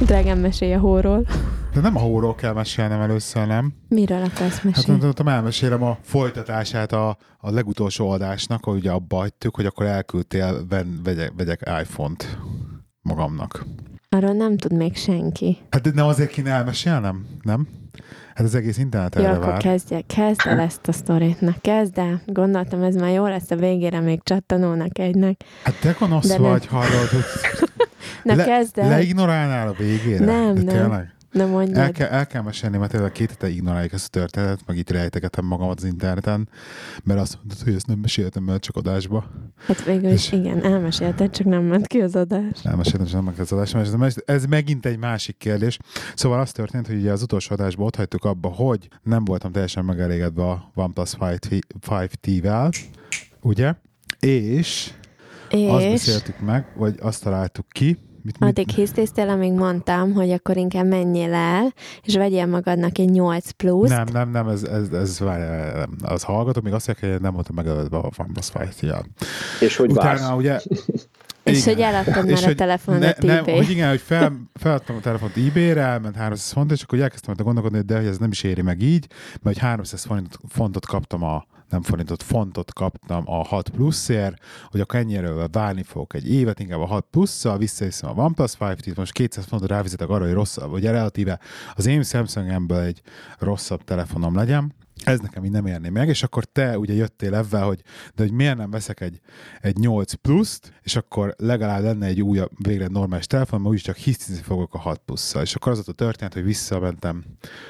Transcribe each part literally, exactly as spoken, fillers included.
Drágám, mesélj a hóról. De nem a hóról kell mesélnem először, nem? Miről akarsz mesélni? Hát mondtam, elmesélem a folytatását a, a legutolsó adásnak, hogy ugye abba hagytuk, hogy akkor elküldtél, ven, vegyek, vegyek iPhone-t magamnak. Arról nem tud még senki. Hát nem azért kéne elmesélnem, nem? Hát az egész internet erre Jó, akkor vár. kezdje, kezd el ezt a sztorit. Na, kezd el. Gondoltam, ez már jó lesz a végére, még csattanónak egynek. Hát te gonosz De vagy, hallod, hogy Na, le, kezd el. leignorálnál a végére? Nem, De nem. tényleg? Na, mondjad. El kell, el kell mesélni, mert tényleg két hete ignoráljuk ezt a történetet, meg itt rejtegetem magamat az interneten, mert azt mondtad, hogy ezt nem meséltem el csak adásba. Hát végül is És- igen, elmesélted, csak nem ment ki az adás. Elmeséltem, csak nem meg az adásban, és ez, ez megint egy másik kérdés. Szóval az történt, hogy ugye az utolsó adásban ott hagytuk abba, hogy nem voltam teljesen megelégedve a OnePlus öt té-vel, ugye? És, azt És beszéltük meg, vagy azt találtuk ki, mit, mit, addig hisztéztél, amíg mondtam, hogy akkor inkább menjél el, és vegyél magadnak egy nyolc pluszt. Nem, nem, nem, ez, ez, ez várjál, nem. Az hallgató még azt mondja, hogy nem voltam megelőzve a OnePlus öt té-vel. És hogy vársz? Utána ugye... És igen. hogy eladtad És már a hogy telefonodat ne, nem, eBay. hogy igen, hogy fel, feladtam a telefont eBay-re, elment háromszáz font, és akkor elkezdtem majd gondolkodni, hogy de hogy ez nem is éri meg így, mert hogy háromszáz fontot, fontot kaptam a nem forintot, fontot kaptam a hat pluszért, hogy akkor ennyire várni fogok egy évet, inkább a hat plusszal, visszaviszem a OnePlus öt té-t, most kétszáz fontot rávizetek arra, hogy rosszabb, vagy relatíve az én Samsungemből egy rosszabb telefonom legyen. Ez nekem így nem érné meg, és akkor te ugye jöttél ebben, hogy de hogy miért nem veszek egy, egy nyolc pluszt, és akkor legalább lenne egy újabb, végre normális telefon, mert úgyis csak hisztizni fogok a hat plusszal. És akkor az ott a történet, hogy visszamentem,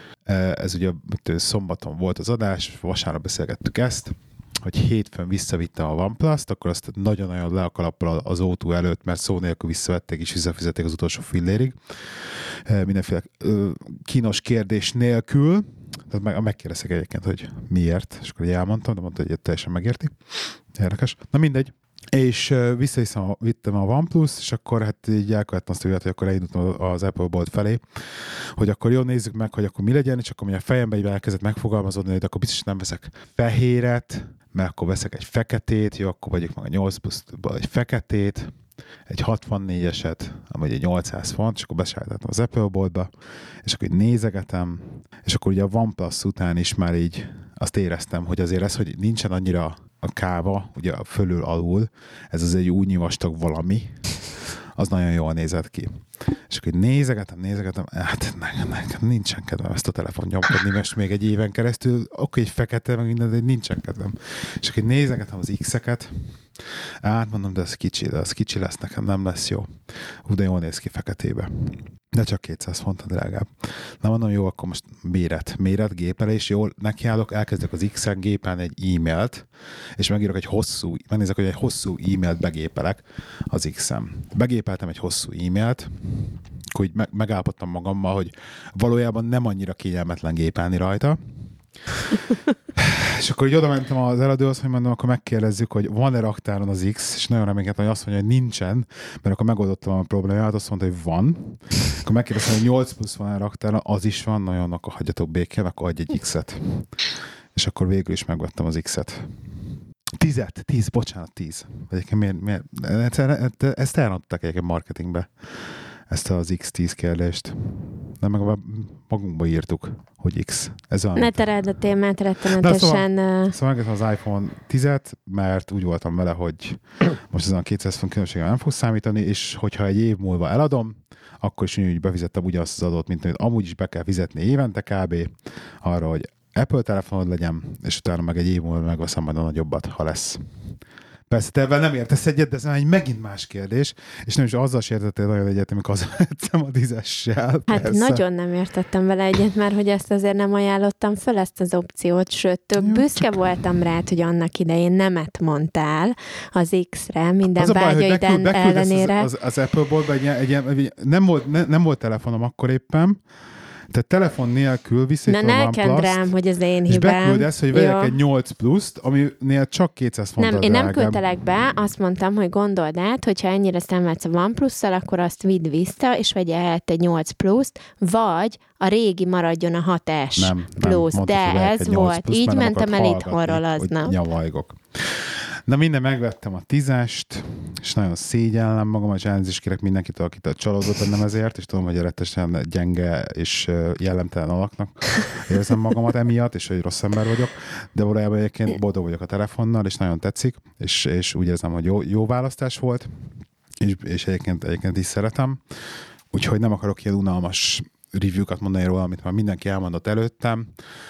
ez ugye szombaton volt az adás, vasárnap beszélgettük ezt, hogy hétfőn visszavittem a OnePlus-t, akkor azt nagyon-nagyon le a kalappal az ó kettő előtt, mert szó nélkül visszavették és visszafizették az utolsó fillérig. Mindenféle kínos kérdés nélkül, tehát meg, megkérdeztek egyébként, hogy miért, és akkor elmondtam, de mondta, hogy teljesen megérti. Érdekes. Na mindegy. És uh, visszaviszem a, vittem a OnePlus, és akkor hát így elkövettem azt, hogy akkor elindultam az Apple bolt felé, hogy akkor jól nézzük meg, hogy akkor mi legyen, és akkor a fejembe így elkezdett megfogalmazódni, hogy akkor biztos nem veszek fehéret, mert akkor veszek egy feketét, jó, akkor vegyük meg a nyolc pluszból egy feketét, egy hatvannégyeset, ami egy nyolcszáz font, és akkor besállítottam az Apple boltba, és akkor így nézegetem, és akkor ugye a OnePlus után is már így azt éreztem, hogy azért ez, hogy nincsen annyira a káva, ugye fölül alul, ez az egy újnyi vastag valami, az nagyon jól nézett ki. És akkor nézegetem, nézegetem, hát nekem, nekem nincsen kedvem ezt a telefont nyomkodni, most még egy éven keresztül, oké, egy fekete, meg minden, de nincsen kedvem. És akkor nézegetem az X-eket, hát mondom, de ez kicsi, de ez kicsi lesz nekem, nem lesz jó. Hú, de jól néz ki feketébe. De csak kétszáz font a drágább. Na mondom, jó, akkor most méret, méret, gépelés, jól nekiállok, elkezdek az X-en gépen egy e-mailt, és megírok egy hosszú, megnézek, hogy egy hosszú e-mailt begépelek az X-en. Begépeltem egy hosszú e-mailt, akkor így megállapodtam magammal, hogy valójában nem annyira kényelmetlen gépelni rajta. És akkor így oda mentem az eladóhoz, hogy mondom, akkor megkérdezzük, hogy van-e raktáron az X, és nagyon reménykedtem, hogy azt mondja, hogy nincsen, mert akkor megoldottam a problémát, azt mondta, hogy van. Akkor megkérdeztem, hogy nyolc plusz van-e raktáron, az is van, nagyon, akkor hagyjatok békén, akkor adj egy X-et. És akkor végül is megvettem az X-et. Tízet, tíz, bocsánat, tíz. Egyébként miért, miért? Ezt elrontották egyébként marketingbe, ezt az X tíz kérdést. Nem, meg magunkba írtuk, hogy X. Ez ne tereld a témát rettenetesen. Szóval, szóval megvettem az iPhone tízet, mert úgy voltam vele, hogy most ezen a kétszáz font különbséggel nem fog számítani, és hogyha egy év múlva eladom, akkor is úgy befizettem ugyanazt az adót, mint amit amúgy is be kell fizetni évente kb. Arra, hogy Apple telefonod legyen, és utána meg egy év múlva megveszem majd a nagyobbat, ha lesz. Persze, te ebben nem értesz egyet, de ez már egy megint más kérdés, és nem is azzal sértettél nagyon egyet, amikor az vettem a tízessel. Hát persze. nagyon nem értettem vele egyet, mert hogy ezt azért nem ajánlottam föl, ezt az opciót, sőt, több Jó, büszke csak... voltam rád, hogy annak idején nemet mondtál az X-re, minden az vágyaiden ellenére. Az, az, az Apple-ból egy, egy, egy, nem, volt, ne, nem volt telefonom akkor éppen, tehát telefon nélkül visszaítom Na, a ne kend rám, hogy az én és hibám. beküld ezt, hogy vegyek egy nyolc pluszt, aminél csak kétszáz fonttal Nem, én drágább. nem küldtelek be, azt mondtam, hogy gondold át, hogyha ennyire szenvedsz a OnePlus-szal, akkor azt vidd vissza, és vegye helyett egy nyolc pluszt, vagy a régi maradjon a hat es nem, plusz, nem, mondtad, de ez volt. plusz, így mentem el hallgatni, itthonról aznap. Nyavajgok. Na minden, megvettem a tízest, és nagyon szégyellem magam, és elnézést kérek mindenkitől, akit csalódott bennem ezért, és tudom, hogy rettesen gyenge és jellemtelen alaknak érzem magamat emiatt, és hogy rossz ember vagyok, de valójában egyébként boldog vagyok a telefonnal, és nagyon tetszik, és, és úgy érzem, hogy jó, jó választás volt, és, és egyébként, egyébként is szeretem. Úgyhogy nem akarok ilyen unalmas review-kat mondani róla, amit már mindenki elmondott előttem.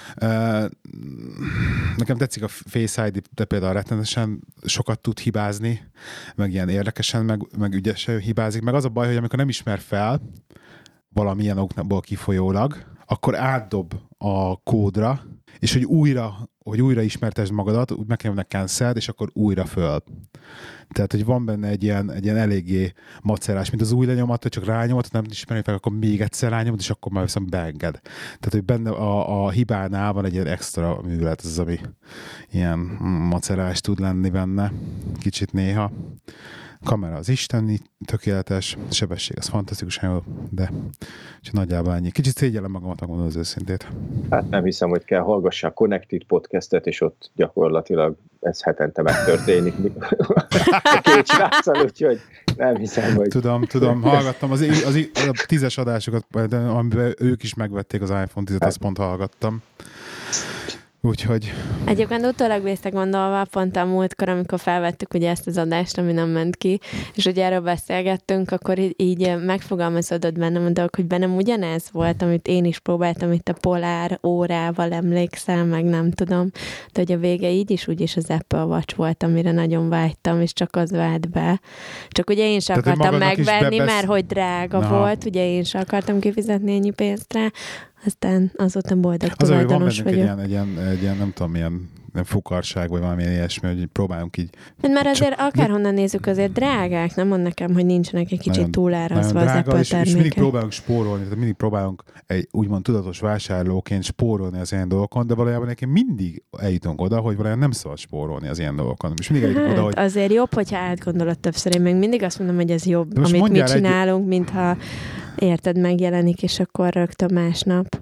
Nekem tetszik a Face i dé, de például rettenetesen sokat tud hibázni, meg ilyen érdekesen, meg, meg ügyesen hibázik. Meg az a baj, hogy amikor nem ismer fel valamilyen okból kifolyólag, akkor átdob a kódra, és hogy újra, hogy újra ismertesd magadat, úgy megnyomnak cancelled, és akkor újra föl. Tehát, hogy van benne egy ilyen, egy ilyen eléggé macerás, mint az új lenyomat, hogy csak rányomod, nem ismeri fel, akkor még egyszer rányomod, és akkor már viszont beenged. Tehát, hogy benne a, a hibánál van egy ilyen extra művelet, az, ami ilyen macerás tud lenni benne, kicsit néha. Kamera az isteni, tökéletes, sebesség az fantasztikusan jó, de csak nagyjából ennyi. Kicsit szégyellem magamat, megmondom az őszintét. Hát nem hiszem, hogy kell hallgassák a Connected podcastet, és ott gyakorlatilag ez hetente megtörténik. A két sráccal, úgyhogy nem hiszem, hogy... Tudom, tudom, hallgattam az, az, az a tízes adásokat, amiben ők is megvették az iPhone tízet, hát. Azt pont hallgattam. Úgyhogy... Egyébként utólag visszagondolva, pont a múltkor, amikor felvettük ugye ezt az adást, ami nem ment ki, és ugye erről beszélgettünk, akkor így, így megfogalmazódott bennem a dolog, hogy bennem ugyanez volt, amit én is próbáltam itt a Polar órával, emlékszem, meg nem tudom, de hogy a vége így is úgyis az Apple Watch volt, amire nagyon vágytam, és csak az vált be. Csak ugye én sem Tehát, akartam megvenni, bebesz... mert hogy drága Aha. volt, ugye én sem akartam kifizetni ennyi pénzt rá, aztán azóta boldog az, tulajdonos vagyok. Egy ilyen, egy, ilyen, egy ilyen, nem tudom, milyen fukarság, vagy valamilyen ilyesmi, hogy próbálunk így... Mert azért csak, akárhonnan nézzük, azért drágák, nem mond nekem, hogy nincsenek egy kicsit túlárazva az Apple termékek. És mindig próbálunk spórolni, tehát mindig próbálunk egy úgymond tudatos vásárlóként spórolni az ilyen dolgokon, de valójában nekem mindig eljutunk oda, hogy valójában nem szabad spórolni az ilyen dolgokon. És mindig eljutunk hát, oda, hogy... azért jobb, hogyha átgondolod többször. Én még mindig azt mondom, hogy ez jobb, amit mi csinálunk, egy... mintha érted, megjelenik, és akkor rögtön másnap.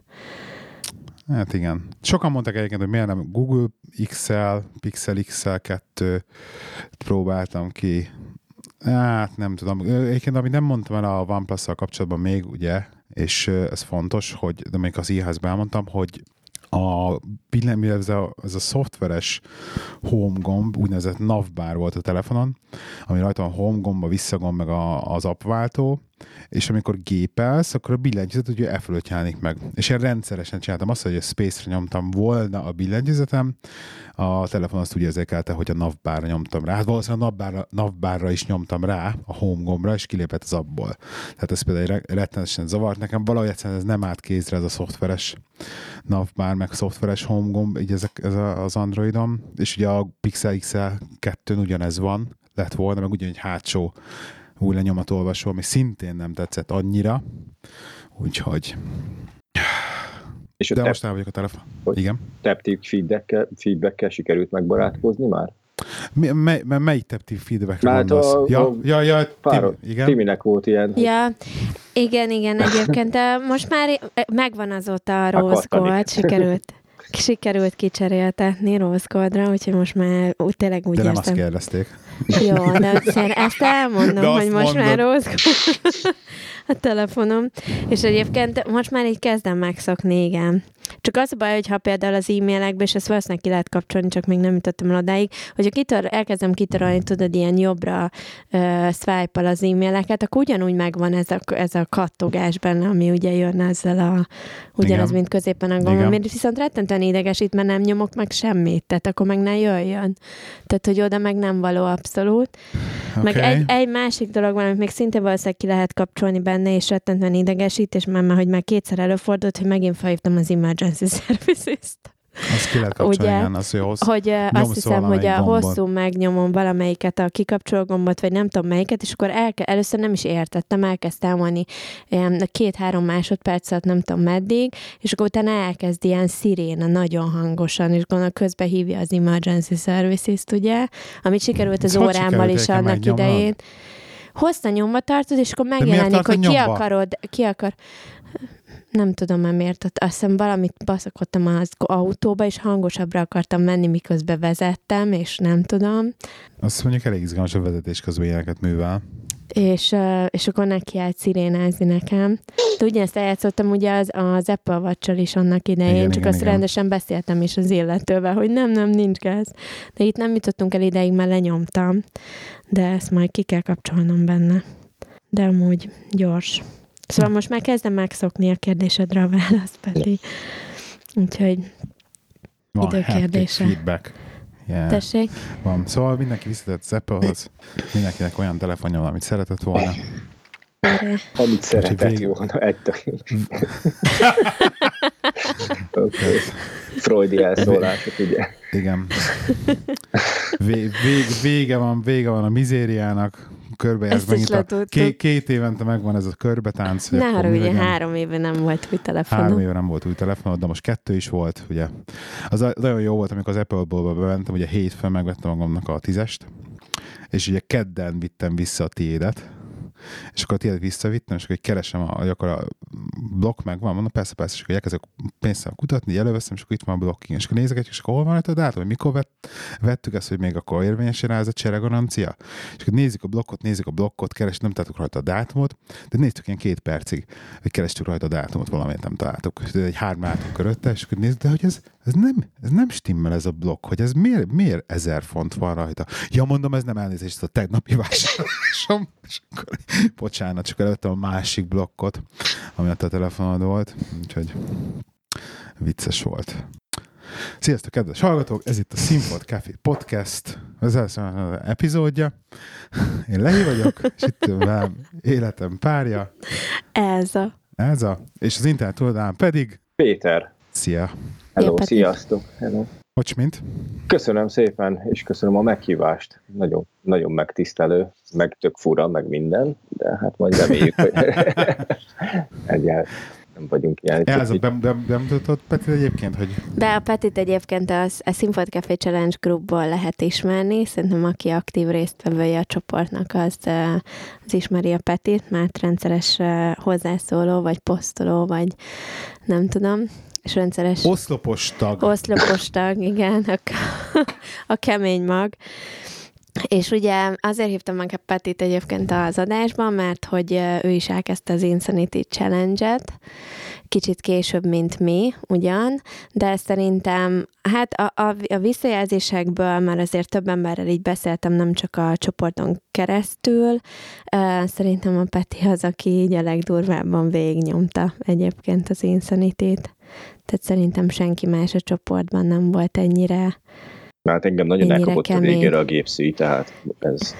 Hát igen. Sokan mondták egyébként, hogy miért nem Google iksz el, Pixel iksz el kettő próbáltam ki. Hát nem tudom. Egyébként, amit nem mondtam el a OnePlus-szal kapcsolatban még, ugye, és ez fontos, hogy, de még az i há-ban elmondtam, hogy a billen, ez a, ez a szoftveres home gomb, úgynevezett navbar volt a telefonon, ami rajta a home gomb, a visszagomb, meg a, az appváltó, és amikor gépelsz, akkor a billentyűzet ugye e fölött jelenik meg. És én rendszeresen csináltam azt, hogy a Space-re nyomtam volna a billentyűzetem, a telefon azt úgy érzékelte, hogy a navbarra nyomtam rá. Hát valószínűleg a navbarra, navbarra is nyomtam rá, a home gombra, és kilépett az appból. Tehát ez például rettenetesen zavart nekem. Valahogy egyszerűen ez nem állt kézre, ez a szoftveres navbar, meg szoftveres home gomb, így ezek, ez az Androidom. És ugye a Pixel iksz el kettőn ugyanez van, lett volna, meg ugyanúgy hátsó új lenyomatolvasó, ami szintén nem tetszett annyira. Úgyhogy... És de tep- most el vagyok a telefon. Igen. Taptic feedback-kel, feedback-kel sikerült megbarátkozni már? Mi, mely, melyik taptic feedbackre gondolsz? A, ja, a ja, ja, Tim, igen. Timinek volt ilyen. Ja, igen, igen, egyébként de most már megvan azóta a Rose Gold, sikerült. Sikerült kicseréltetni Rose Goldra, úgyhogy most már úgy, tényleg úgy de nem érzem. azt kérdezték. Jó, de ezt elmondom, de hogy most mondod. Már Rose Gold a telefonom. És egyébként most már így kezdem megszokni, igen. Csak az a baj, hogy ha például az e-mailekbe, és ezt valószínűleg ki lehet kapcsolni, csak még nem jutottam el odáig, hogyha kitör, elkezdem kitörölni, tudod, ilyen jobbra uh, swipe-al az e-maileket, akkor ugyanúgy megvan ez a, ez a kattogás benne, ami ugye jön ezzel a, ugyanaz, mint középen a gombon. Miért viszont rettentően idegesít, mert nem nyomok meg semmit, tehát akkor meg ne jöjjön. Tehát, hogy oda meg nem való abszolút. Okay. Meg egy, egy másik dolog van, amit még szintén valószínűleg ki lehet kapcsolni benne, és rettentően idegesít, és már, hogy már kétszer előfordult, hogy megint felhívtam az emergency services-t. Azt ki lehet kapcsolni, igen, az, hogy, hossz, hogy azt hiszem, hogy a gombon. Hosszú megnyomom valamelyiket, a kikapcsoló gombot, vagy nem tudom melyiket, és akkor elke, először nem is értettem, elkezdtem mondani két-három másodperc alatt, nem tudom meddig, és akkor utána elkezd ilyen sziréna nagyon hangosan, és gondolom közben hívja az emergency services-t, ugye, amit sikerült az órámmal is annak idején. Hosszú nyomba tartod, és akkor megjelenik, hogy ki akarod, ki akar... Nem tudom már miért, azt hiszem valamit baszakodtam az autóba, és hangosabbra akartam menni, miközben vezettem, és nem tudom. Azt mondjuk elég izgalmas a vezetés közben ilyeneket művel. És, és akkor neki állt szirénázni nekem. De ugyanezt eljátszottam ugye az, az Apple Watch-sal is annak idején, igen, csak igen, azt igen. rendesen beszéltem is az illetővel, hogy nem, nem, nincs gáz. De itt nem jutottunk el ideig, mert lenyomtam. De ezt majd ki kell kapcsolnom benne. De amúgy gyors. Szóval most már kezdem megszokni a kérdésedre a választ, Peti. Úgyhogy időkérdése. Feedback. Yeah. Tessék? Van. Szóval mindenki visszatett az Apple-hoz, mindenkinek olyan telefonja van, amit szeretett volna. Amit szeretett vég... volna. Egy okay. Freudi elszólások, ugye? Igen. Vég, vég, vége van, vége van a mizériának. Körbejársz megint a két, két évente megvan ez a körbetánc. Ne arra ugye három éve nem volt új telefonom. Három éve nem volt új telefonod, de most kettő is volt, ugye. Az nagyon jó volt, amikor az Apple-ból bementem, ugye hétfőn megvettem magamnak a tízest, és ugye kedden vittem vissza a tiédet, és akkor a tiédet visszavittem, és akkor keresem, a, akkor a blokk megvan, mondom, persze, persze, és akkor elkezdek pénzzel kutatni, előveszem, és akkor itt van a blokking, és akkor nézek, és akkor hol van a dátum, hogy mikor vett, vettük ezt, hogy még akkor érvényesen rá ez a cseregarancia, és akkor nézzük a blokkot, nézzük a blokkot, keres, nem találtuk rajta a dátumot, de néztük ilyen két percig, hogy kerestük rajta a dátumot, valamit nem találtuk, de egy három átunk körötte, és akkor nézzük, de hogy ez, ez nem, ez nem stimmel ez a blokk, hogy ez miért, miért ezer font van rajta. Ja, mondom, ez nem elnézést, ez a tegnapi vásárlásom, és akkor bocsánat, csak előttem a másik blokkot, ami ott a telefonod volt, úgyhogy vicces volt. Sziasztok, kedves hallgatók! Ez itt a Színpad Café Podcast, az első epizódja. Én Lehi vagyok, és itt velem életem párja. Elza. Elza, és az internet oldalán pedig Péter. Szia! Hello, ja, sziasztok! Hello. Hogy mint? Köszönöm szépen, és köszönöm a meghívást. Nagyon, nagyon megtisztelő, meg tök fura, meg minden, de hát majd reméljük, hogy egyáltalán nem vagyunk ilyen. Elza, bemutatod Petit egyébként, hogy... De a Petit egyébként az, a Színpad Café Challenge Groupból lehet ismerni. Szerintem aki aktív résztvevője a csoportnak, az, az ismeri a Petit, mert rendszeres hozzászóló, vagy posztoló, vagy nem tudom. És rendszeres... Oszlopos tag. Oszlopos tag, igen. A, a kemény mag. És ugye azért hívtam meg a Petit egyébként az adásban, mert hogy ő is elkezdte az Insanity Challenge-et, kicsit később, mint mi, ugyan, de szerintem, hát a, a, a visszajelzésekből már azért több emberrel így beszéltem, nem csak a csoporton keresztül, uh, szerintem a Peti az, aki így a legdurvábban végignyomta egyébként az Insanity-t. Tehát szerintem senki más a csoportban nem volt ennyire Hát engem nagyon elkapott a végére a gépszíj, tehát ez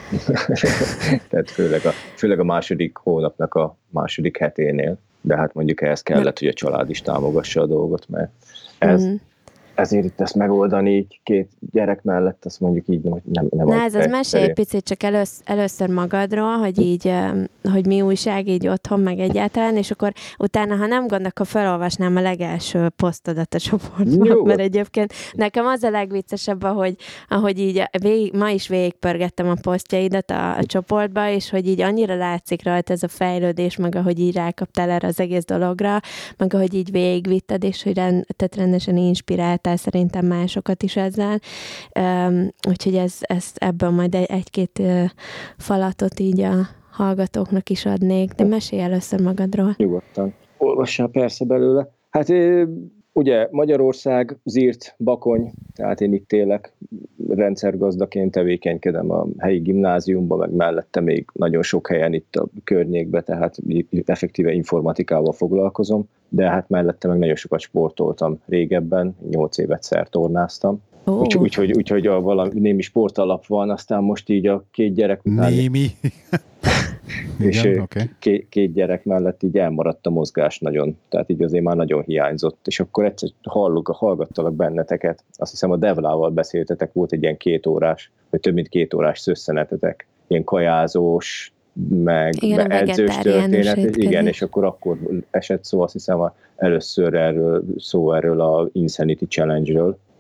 tehát főleg a, főleg a második hónapnak a második heténél, de hát mondjuk ehhez kellett, hogy a család is támogassa a dolgot, mert ez, mm. ezért itt ezt megoldani így két gyerek mellett, azt mondjuk így nem nem, nem Na ez az mesélj egy picit csak elősz, először magadról, hogy így, hogy mi újság így otthon, meg egyáltalán, és akkor utána, ha nem gond, akkor felolvasnám a legelső posztodat a csoportban, Jó. mert egyébként nekem az a legviccesebb, ahogy, ahogy így végig, ma is végigpörgettem a posztjaidat a, a csoportba, és hogy így annyira látszik rajta ez a fejlődés, meg ahogy így rákaptál erre az egész dologra, meg ahogy így végigvitted, és hogy rend, tehát rendesen inspiráltál szerintem másokat is ezzel. Um, úgyhogy ez, ez ebből majd egy, egy-két uh, falatot így a hallgatóknak is adnék, de mesélj először magadról. Nyugodtan. Olvassál persze belőle. Hát ugye Magyarország, Zirt, Bakony, tehát én itt élek, rendszergazdaként tevékenykedem a helyi gimnáziumban, meg mellette még nagyon sok helyen itt a környékben, tehát effektíve informatikával foglalkozom, de hát mellette meg nagyon sokat sportoltam régebben, nyolc évet szertornáztam. Oh. Úgyhogy úgy, úgy, úgy, hogy a valami némi sportalap van, aztán most így a két gyerek után... Némi? és igen, okay. két, két gyerek mellett így elmaradt a mozgás nagyon, tehát így azért már nagyon hiányzott, és akkor egyszer hallok, hallgattalak benneteket, azt hiszem a Devlával beszéltetek, volt egy ilyen két órás, vagy több mint két órás szösszenetetek, ilyen kajázós, meg igen, edzős történet, igen, és akkor akkor esett szó, azt hiszem először erről, szó erről a Insanity Challenge-ről,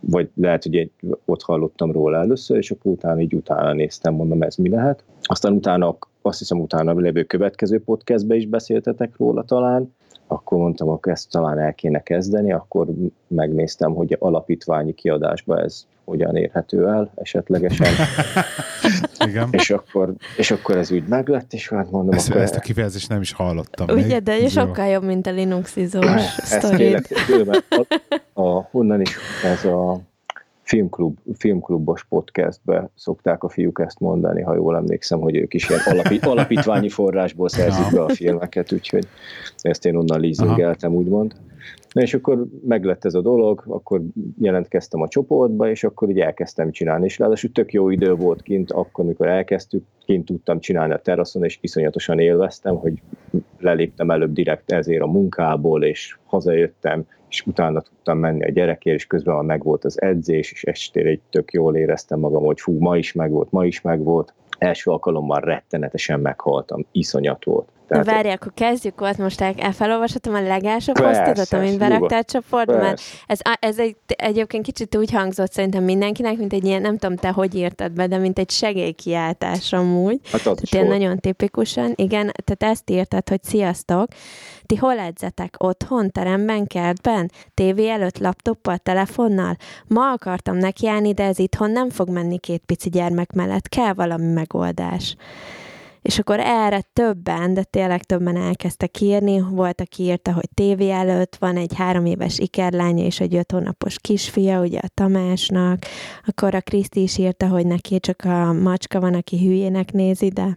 vagy lehet, hogy én ott hallottam róla először, és akkor utána így utána néztem, mondom, ez mi lehet. Aztán utána, azt hiszem utána lévő következő podcastben is beszéltetek róla talán, akkor mondtam, akkor ezt talán el kéne kezdeni, akkor megnéztem, hogy alapítványi kiadásba ez hogyan érhető el esetlegesen. Igen. És akkor, és akkor ez úgy meglett, és hát mondom, ezt, akkor... Ezt a kifejezést nem is hallottam. Ugye, még. de sokkal jobb, mint a Linuxizós sztorid. A, a, honnan is ez a filmklub, filmklubos podcastbe szokták a fiúk ezt mondani, ha jól emlékszem, hogy ők is ilyen alapi, alapítványi forrásból szerzik be a filmeket, úgyhogy ezt én onnan leasingeltem, úgymond. Na és akkor meglett ez a dolog, akkor jelentkeztem a csoportba, és akkor így elkezdtem csinálni, és ráadásul tök jó idő volt kint, akkor, amikor elkezdtük, kint tudtam csinálni a teraszon, és iszonyatosan élveztem, hogy leléptem előbb direkt ezért a munkából, és hazajöttem, és utána tudtam menni a gyerekért, és közben már megvolt az edzés, és estére egy tök jól éreztem magam, hogy fú, ma is megvolt, ma is megvolt. Első alkalommal rettenetesen meghaltam, iszonyat volt. Tehát várj, akkor kezdjük ott, most el, felolvashatom a legelső posztodat, amit beraktál a csoportban, mert ez, ez egy, egyébként kicsit úgy hangzott szerintem mindenkinek, mint egy ilyen, nem tudom te, hogy írtad be, de mint egy segélykiáltás amúgy. Hát tehát ilyen nagyon tipikusan, igen, tehát ezt írtad, hogy sziasztok, ti hol edzetek? Otthon, teremben, kertben? Tévé előtt, laptoppal, telefonnal? Ma akartam nekiállni, de ez itthon nem fog menni két pici gyermek mellett, kell valami megoldás. És akkor erre többen, de tényleg többen elkezdtek írni. Volt, aki írta, hogy tévé előtt van egy három éves ikerlánya és egy öt hónapos kisfia, ugye a Tamásnak. Akkor a Kriszti is írta, hogy neki csak a macska van, aki hülyének nézi, de,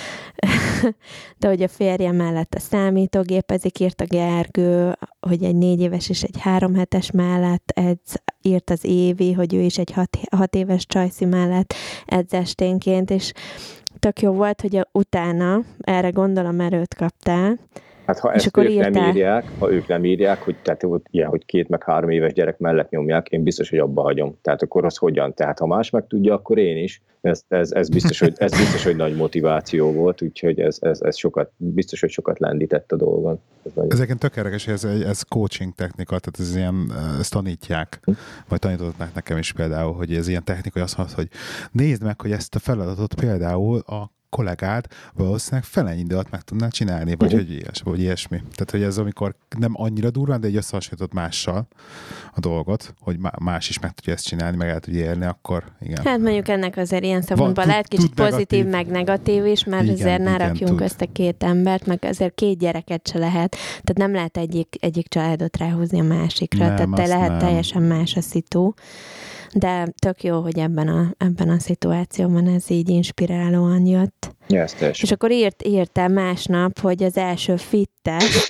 de hogy a férje mellett a számítógépezik, írt a Gergő, hogy egy négy éves és egy három hetes mellett edz, írt az Évi, hogy ő is egy hat, hat éves csajszi mellett edz esténként, és tök jó volt, hogy a, utána erre gondolom erőt kaptál. Hát ha ezt ők írtál... nem írják, ha ők nem írják, hogy, tehát, hogy ilyen, hogy két meg három éves gyerek mellett nyomják, én biztos, hogy abba hagyom. Tehát akkor az hogyan? Tehát ha más meg tudja, akkor én is. Ez, ez, ez, biztos, hogy, ez biztos, hogy nagy motiváció volt, úgyhogy ez, ez, ez sokat, biztos, hogy sokat lendített a dolgon. Ez Ezeken tök érdekes, hogy ez, ez coaching technika, tehát ez ilyen, ezt tanítják, hm? vagy tanították nekem is például, hogy ez ilyen technika, hogy azt mondod, hogy nézd meg, hogy ezt a feladatot például a kollégád valószínűleg felennyi idő alatt meg tudná csinálni, vagy, uh-huh. hogy ilyes, vagy ilyesmi. Tehát, hogy ez amikor nem annyira durván, de egy összehasonlított mással a dolgot, hogy más is meg tudja ezt csinálni, meg el tudja érni, akkor igen. Hát mondjuk ennek azért ilyen szempontból lehet kicsit pozitív, negatív. Meg negatív is, mert igen, azért ne rakjunk össze két embert, meg azért két gyereket se lehet. Tehát nem lehet egyik, egyik családot ráhúzni a másikra, nem, tehát te lehet nem. Teljesen más a szitu. De tök jó, hogy ebben a, ebben a szituációban ez így inspirálóan jött. Yes, és akkor írt, írtál másnap, hogy az első fit test,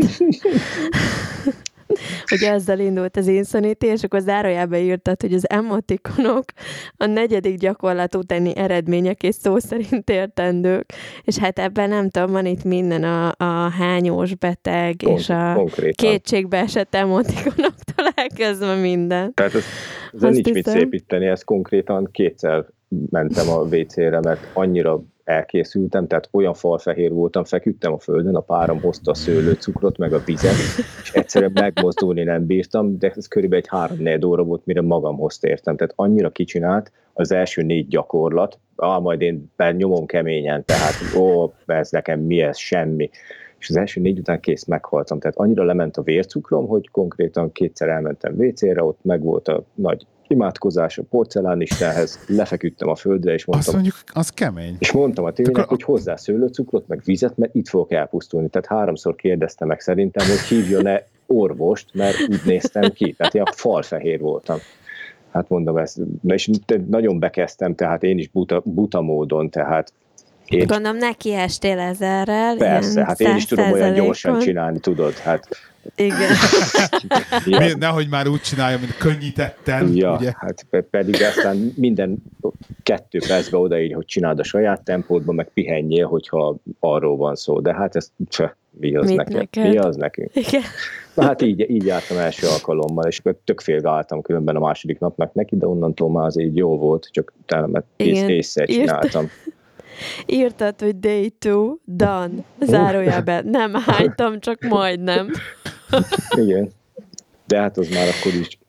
hogy azzal indult az Insanity, és akkor zárójelbe írtad, hogy az emotikonok a negyedik gyakorlat utáni eredmények és szó szerint értendők, és hát ebben nem tudom, van itt minden a, a hányós beteg, Kon- és a konkrétan. Kétségbe esett emotikonoktól elkezdve minden. Tehát ez, ez nincs mit szépíteni, ez konkrétan kétszer mentem a vé cére, mert annyira elkészültem, tehát olyan falfehér voltam, feküdtem a földön, a párom hozta a szőlőcukrot, meg a vizet, és egyszerűen megmozdulni nem bírtam, de ez körülbelül egy három-négy óra volt, mire magamhoz tértem. Tehát annyira kicsinált az első négy gyakorlat, ah, majd én nyomom keményen, tehát ó, ez nekem mi ez, semmi. És az első négy után kész, meghaltam. Tehát annyira lement a vércukrom, hogy konkrétan kétszer elmentem vé cére, ott meg volt a nagy imádkozás a porcelánistenhez, lefeküdtem a földre, és mondtam... Azt mondjuk, az kemény. És mondtam a tévének, a... hogy hozzá szőlőcukrot, meg vizet, mert itt fogok elpusztulni. Tehát háromszor kérdezte meg szerintem, hogy hívjon-e orvost, mert úgy néztem ki. Tehát ilyen falfehér voltam. Hát mondom ezt, és nagyon bekezdtem, tehát én is buta, buta módon, tehát én... Gondolom, neki estél ezerrel. Persze, hát én is tudom olyan gyorsan csinálni, tudod, hát... Igen. Ja. Nehogy már úgy csinálja, mint könnyítetten. Ja, ugye? hát pedig aztán minden kettő percben odaír, hogy csináld a saját tempódban, meg pihenjél, hogyha arról van szó. De hát ez cseh, mi az neked? Mi az nekünk? Igen. Na, hát így, így jártam első alkalommal, és tök félgáltam különben a második napnak neki, de onnantól már az így jó volt, csak utána mert ész, észszer csináltam. Írtad, hogy day two, done, zárójelben. Nem hánytam, csak majdnem. Igen. De hát az már akkor is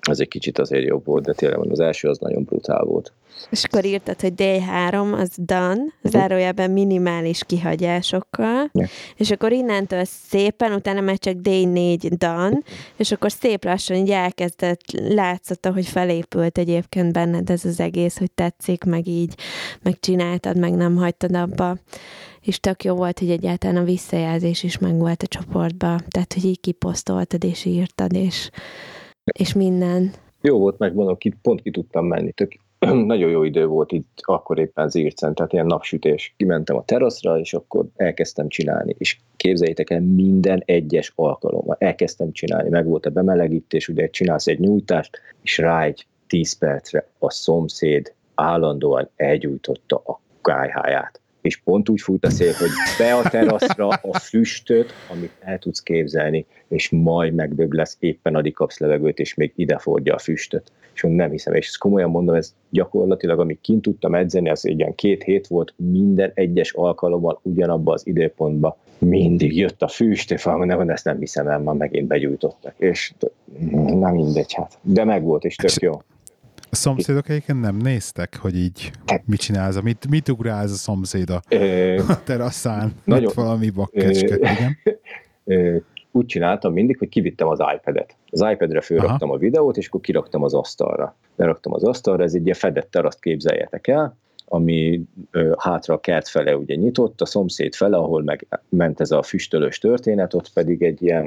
ez egy kicsit azért jobb volt, de tényleg az első az nagyon brutál volt. És akkor írtad, hogy day három az done, zárójelben minimális kihagyásokkal, ja. És akkor innentől szépen, utána már csak day négy done, és akkor szép lassan így elkezdett, látszott, hogy felépült egyébként benned ez az egész, hogy tetszik, meg így, meg csináltad, meg nem hagytad abba. És tök jó volt, hogy egyáltalán a visszajelzés is meg volt a csoportba, tehát, hogy így kiposztoltad, és írtad, és, és minden. Jó volt, megmondom, pont ki tudtam menni, tök nagyon jó idő volt itt, akkor éppen Zircen, tehát ilyen napsütés. Kimentem a teraszra, és akkor elkezdtem csinálni, és képzeljétek el, minden egyes alkalommal elkezdtem csinálni, meg volt a bemelegítés, ugye csinálsz egy nyújtást, és rá egy tíz percre a szomszéd állandóan elgyújtotta a kájháját. És pont úgy fújt a szél, hogy be a teraszra a füstöt, amit el tudsz képzelni, és majd megdög lesz, éppen addig kapsz levegőt, és még ide fordja a füstöt. És nem hiszem, és ezt komolyan mondom, ez gyakorlatilag, amíg kint tudtam edzeni, az egy ilyen két hét volt, minden egyes alkalommal ugyanabban az időpontban mindig jött a füst, és nem, ezt nem hiszem el, már megint begyújtottak. És nem mindegy, hát. De megvolt, és tök jó. A szomszédok egyébként nem néztek, hogy így mit csinálsz, mit, mit ugrálsz a szomszéd a, a terasszán, nagyon, mit valami bakkecske, igen? Úgy csináltam mindig, hogy kivittem az iPad-et. Az iPad-re fölraktam Aha. a videót, és akkor kiraktam az asztalra. Leraktam az asztalra, ez egy ilyen fedett teraszt képzeljetek el, ami ö, hátra a kert fele ugye nyitott, a szomszéd fele, ahol meg ment ez a füstölős történet, ott pedig egy ilyen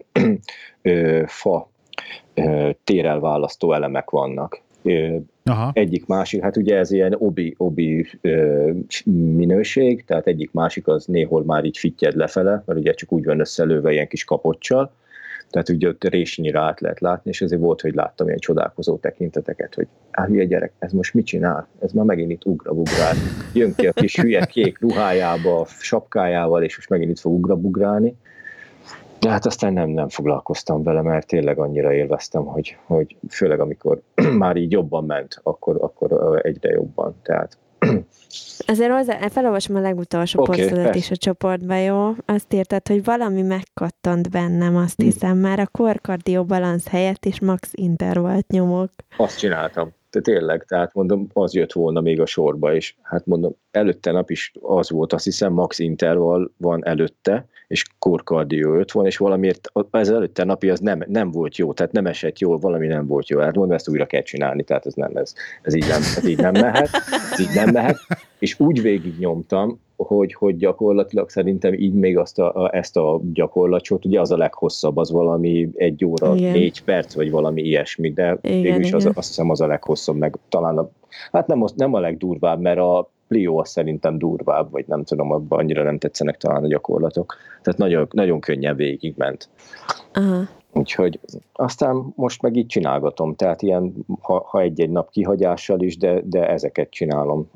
ö, fa ö, térelválasztó elemek vannak. Aha. Egyik másik, hát ugye ez ilyen obi, obi ö, minőség, tehát egyik másik az néhol már így fittyed lefele, mert ugye csak úgy van összelőve ilyen kis kapocsal, tehát ugye ott résnyire át lehet látni, és ezért volt, hogy láttam ilyen csodálkozó tekinteteket, hogy á, hülye gyerek, ez most mit csinál? Ez már megint itt ugrabugrál. Jön ki a kis hülye kék ruhájába, a sapkájával, és most megint itt fog ugrabugrálni. De hát aztán nem, nem foglalkoztam vele, mert tényleg annyira élveztem, hogy, hogy főleg amikor már így jobban ment, akkor, akkor egyre jobban. Tehát... Azért hozzá, felolvasom a legutolsó okay, posztodat is a csoportban, jó? Azt írtad, hogy valami megkattant bennem, azt hiszem, már a core cardio balansz helyett is max intervallt nyomok. Azt csináltam. De tényleg, tehát mondom, az jött volna még a sorba, és hát mondom, előtte nap is az volt, azt hiszem, max interval van előtte, és core cardio öt van, és valamiért ez előtte napi az nem, nem volt jó, tehát nem esett jól, valami nem volt jó. Hát mondom, ezt újra kell csinálni, tehát ez nem, ez, ez, így, nem, ez így nem mehet, ez így nem mehet, és úgy végig nyomtam, hogy, hogy gyakorlatilag szerintem így még azt a, a, ezt a gyakorlatot, ugye az a leghosszabb, az valami egy óra, igen. négy perc, vagy valami ilyesmi, de végülis az, azt hiszem az a leghosszabb, meg talán a, hát nem, nem a legdurvább, mert a Plio az szerintem durvább, vagy nem tudom, abban annyira nem tetszenek talán a gyakorlatok. Tehát nagyon, nagyon könnyen végigment. Aha. Úgyhogy aztán most meg így csinálgatom, tehát ilyen, ha, ha egy-egy nap kihagyással is, de, de ezeket csinálom,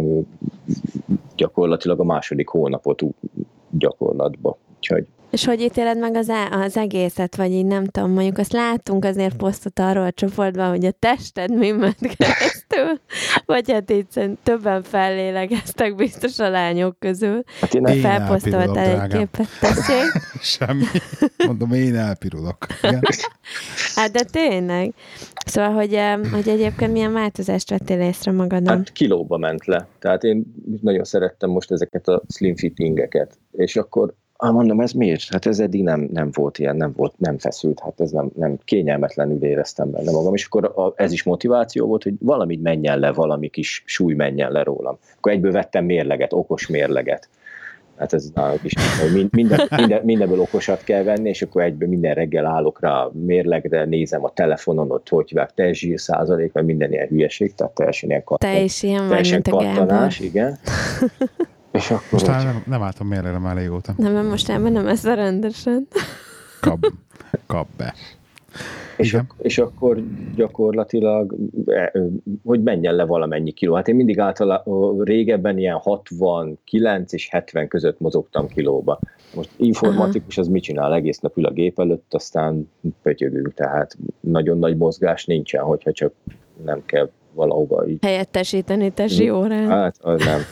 gyakorlatilag a második hónapot gyakorlatba. Úgyhogy és hogy ítéled meg az, az egészet, vagy így nem tudom, mondjuk azt láttunk azért posztot arról a csoportban, hogy a tested mi ment keresztül, vagy hát így többen fellélegeztek biztos a lányok közül. Hát én felposztoltál egy képet, tessék? Semmi. Mondom, én elpirulok. Igen? Hát de tényleg. Szóval, hogy, hogy egyébként milyen változást vettél észre magadon? Hát kilóba ment le. Tehát én nagyon szerettem most ezeket a slim fittingeket, és akkor Ah, mondom, ez miért? Hát ez eddig nem, nem volt ilyen, nem volt, nem feszült, hát ez nem, nem kényelmetlenül éreztem benne magam, és akkor a, ez is motiváció volt, hogy valamit menjen le, valami kis súly menjen le rólam. Akkor egyből vettem mérleget, okos mérleget. Hát ez náluk is, hogy minden, minden, mindenből okosat kell venni, és akkor egyből minden reggel állok rá a mérlegre, nézem a telefonon, ott hogy hívják, testzsír százalék, mert minden ilyen hülyeség, tehát teljesen ilyen kattan, Te is ilyen vagy, mint a kattanás, igen. És akkor most nem, nem álltam mérlegre már régóta. Nem, mert most nem ez a rendesen. Kap, kap be. És, ak- és akkor gyakorlatilag, hogy menjen le valamennyi kiló. Hát én mindig általában régebben ilyen hatvankilenc és hetven között mozogtam kilóba. Most informatikus az mit csinál? Egész nap ül a gép előtt, aztán pötyögünk, tehát nagyon nagy mozgás nincsen, hogyha csak nem kell valahova így. Helyettesíteni tesi órán. Hát, az nem.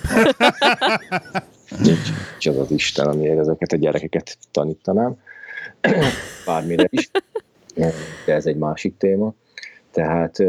Nincs, nincs az az Isten, amiért ezeket a gyerekeket tanítanám. Bármire is. De ez egy másik téma. Tehát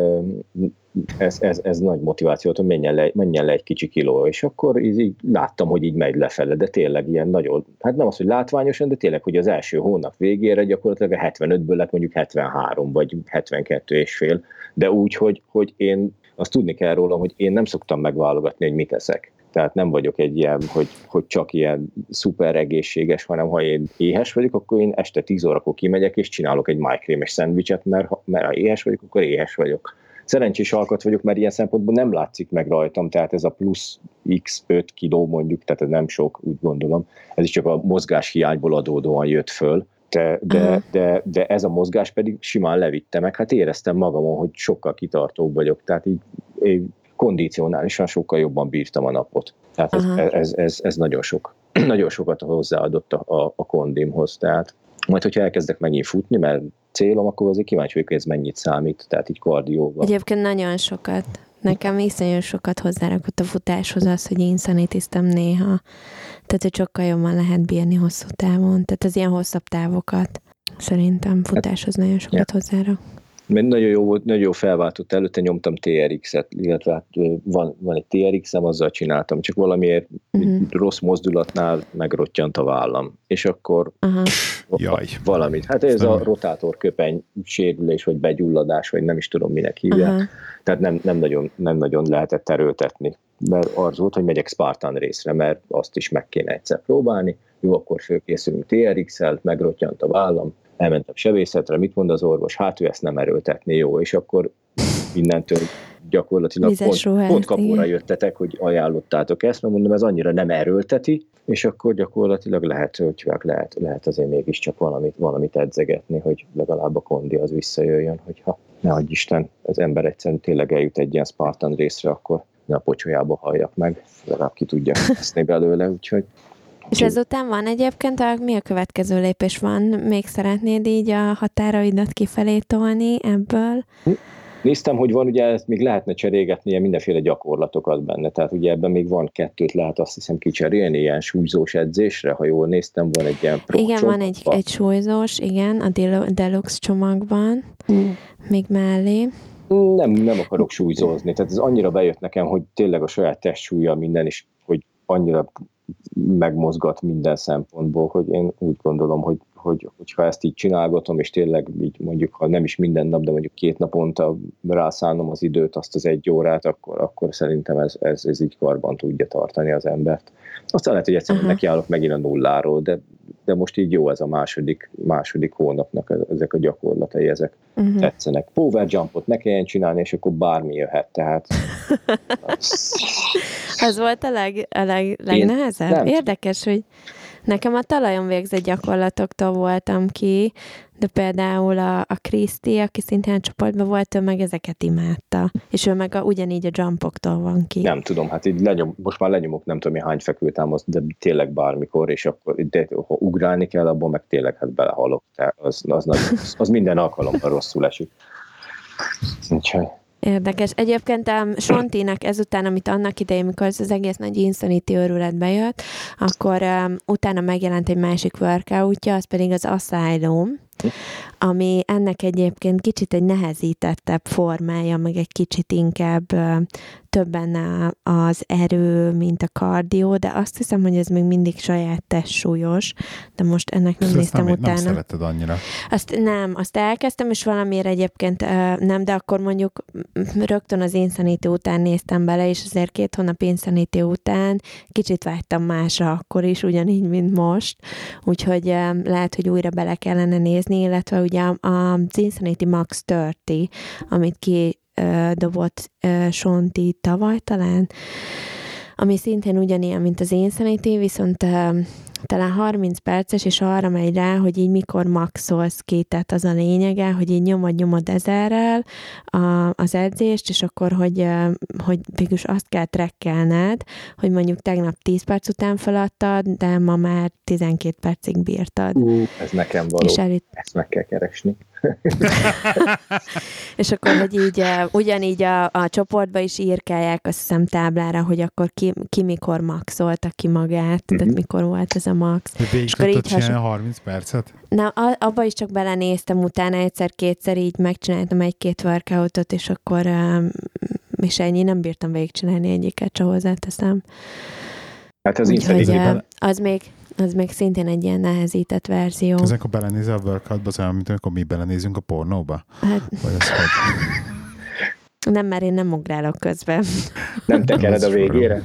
ez, ez, ez nagy motiváció, hogy menjen le, menjen le egy kicsi kiló, és akkor így, így láttam, hogy így megy lefele, de tényleg ilyen nagyon, hát nem az, hogy látványosan, de tényleg, hogy az első hónap végére gyakorlatilag a hetvenötből lett mondjuk hetvenhárom, vagy hetvenkettő és fél, de úgy, hogy, hogy én azt tudni kell róla, hogy én nem szoktam megválogatni, hogy mit eszek. Tehát nem vagyok egy ilyen, hogy, hogy csak ilyen szuper egészséges, hanem ha én éhes vagyok, akkor én este tíz órakor kimegyek, és csinálok egy májkrémes szendvicset, mert, mert ha éhes vagyok, akkor éhes vagyok. Szerencsés alkat vagyok, mert ilyen szempontból nem látszik meg rajtam, tehát ez a plusz x öt kiló mondjuk, tehát ez nem sok, úgy gondolom. Ez is csak a mozgás hiányból adódóan jött föl. De, de, de, de ez a mozgás pedig simán levitte meg. Hát éreztem magamon, hogy sokkal kitartóbb vagyok, tehát így én kondicionálisan sokkal jobban bírtam a napot. Tehát ez, ez, ez, ez nagyon sok. Nagyon sokat hozzáadott a, a, a kondimhoz. Tehát majd, hogyha elkezdek megint futni, mert célom, akkor azért kíváncsi vagyok, hogy ez mennyit számít, tehát így kardióval. Egyébként nagyon sokat. Nekem iszonyú sokat hozzárakott a futáshoz az, hogy insanitiztem néha. Tehát, hogy sokkal jobban lehet bírni hosszú távon. Tehát az ilyen hosszabb távokat szerintem futáshoz hát, nagyon sokat ja. hozzárak. Mert nagyon jó volt, nagyon jó felváltott, előtte nyomtam té er ikszet, illetve van, van egy té er ikszem, azzal csináltam, csak valamiért uh-huh. rossz mozdulatnál megrottyant a vállam, és akkor Jaj. valamit. Hát ez nem. A rotátorköpeny sérülés, vagy begyulladás, vagy nem is tudom, minek hívják. Uh-huh. Tehát nem, nem, nagyon, nem nagyon lehetett erőltetni. Mert az volt, hogy megyek Spartan részre, mert azt is meg kéne egyszer próbálni. Jó, akkor fölkészülünk té er ikszel, megrottyant a vállam, elmentem sebészetre, mit mond az orvos? Hát ő ezt nem erőltetni, jó, és akkor innentől gyakorlatilag pont, pont kapóra jöttetek, hogy ajánlottátok ezt, mert mondom, ez annyira nem erőlteti, és akkor gyakorlatilag lehet, hogy lehet, lehet azért mégiscsak valamit, valamit edzegetni, hogy legalább a kondi az visszajöjjön, hogyha ne adj Isten, az ember egyszerűen tényleg eljut egy ilyen Spartan részre, akkor ne a pocsolyába halljak meg, legalább ki tudja veszni belőle, úgyhogy és ezután van egyébként, mi a következő lépés van? Még szeretnéd így a határaidat kifelé tolni ebből? Néztem, hogy van, ugye ezt még lehetne cserégetni ilyen mindenféle gyakorlatokat benne, tehát ugye ebben még van kettőt, lehet azt hiszem kicserélni, ilyen súlyzós edzésre, ha jól néztem, van egy ilyen pro igen, van egy, egy súlyzós, igen, a Deluxe csomagban, hmm. még mellé. Nem, nem akarok súlyzózni, tehát ez annyira bejött nekem, hogy tényleg a saját testsúlya minden is, hogy annyira megmozgat minden szempontból, hogy én úgy gondolom, hogy, hogy hogyha ezt így csinálgatom, és tényleg így mondjuk, ha nem is minden nap, de mondjuk két naponta rászállnom az időt, azt az egy órát, akkor, akkor szerintem ez, ez, ez így karban tudja tartani az embert. Aztán lehet, hogy egyszerűen uh-huh. nekiállok megint a nulláról, de, de most így jó ez a második, második hónapnak ezek a gyakorlatai, ezek uh-huh. tetszenek. Power jumpot ne kelljen csinálni, és akkor bármi jöhet, tehát... Az volt a, leg, a leg, legnehezebb? Nem. Érdekes, hogy nekem a talajon végzett gyakorlatoktól voltam ki, de például a, a Kriszti, aki szintén a csoportban volt, ő meg ezeket imádta. És ő meg a, ugyanígy a jumpoktól van ki. Nem tudom, hát így lenyom, most már lenyomok nem tudom, hány fekvőtámaszt, de tényleg bármikor, és akkor de, ha ugrálni kell, abban meg tényleg hát belehalok. Tehát az, az, az, az minden alkalommal rosszul esik. Úgyhogy... Érdekes. Egyébként um, Sontinek ezután, amit annak idején, amikor ez az egész nagy Insanity őrület bejött, akkor um, utána megjelent egy másik workoutja, az pedig az Asylum, ami ennek egyébként kicsit egy nehezítettebb formája, meg egy kicsit inkább uh, több benne az erő, mint a kardió, de azt hiszem, hogy ez még mindig saját testsúlyos, de most ennek nem néztem nem, utána. Nem szereted annyira. Azt nem, azt elkezdtem, és valamiért egyébként uh, nem, de akkor mondjuk rögtön az Insanity után néztem bele, és azért két hónap Insanity után kicsit vágytam másra akkor is, ugyanígy, mint most, úgyhogy uh, lehet, hogy újra bele kellene nézni, illetve ugye az Insanity Max harminc, amit ki uh, dobott uh, Sonti tavaly talán, ami szintén ugyanilyen, mint az Insanity, viszont uh, talán harminc perces, és arra megy rá, hogy így mikor maxolsz ki, tehát az a lényege, hogy így nyomod-nyomod ezerrel a, az edzést, és akkor, hogy, hogy végülis azt kell trekkelned, hogy mondjuk tegnap tíz perc után feladtad, de ma már tizenkét percig bírtad. Uh, ez nekem való. És elit- ezt meg kell keresni. És akkor, hogy így ugyanígy a, a csoportba is írkálják, azt hiszem táblára, hogy akkor ki, ki mikor maxolta ki magát, uh-huh. tehát mikor volt ez a max. Végig tudtad csinálni has... harminc percet? Na, abba is csak belenéztem, utána egyszer-kétszer így megcsináltam egy-két workoutot, és akkor és ennyi, nem bírtam végigcsinálni egyiket, csak hozzáteszem. Hát az Úgyhogy az még az még szintén egy ilyen nehezített verzió. Ez akkor belenézel a workoutba, az olyan, mint amikor mi belenézünk a pornóba? Hát... Nem, mert én nem ugrálok közben. Nem tekered a végére?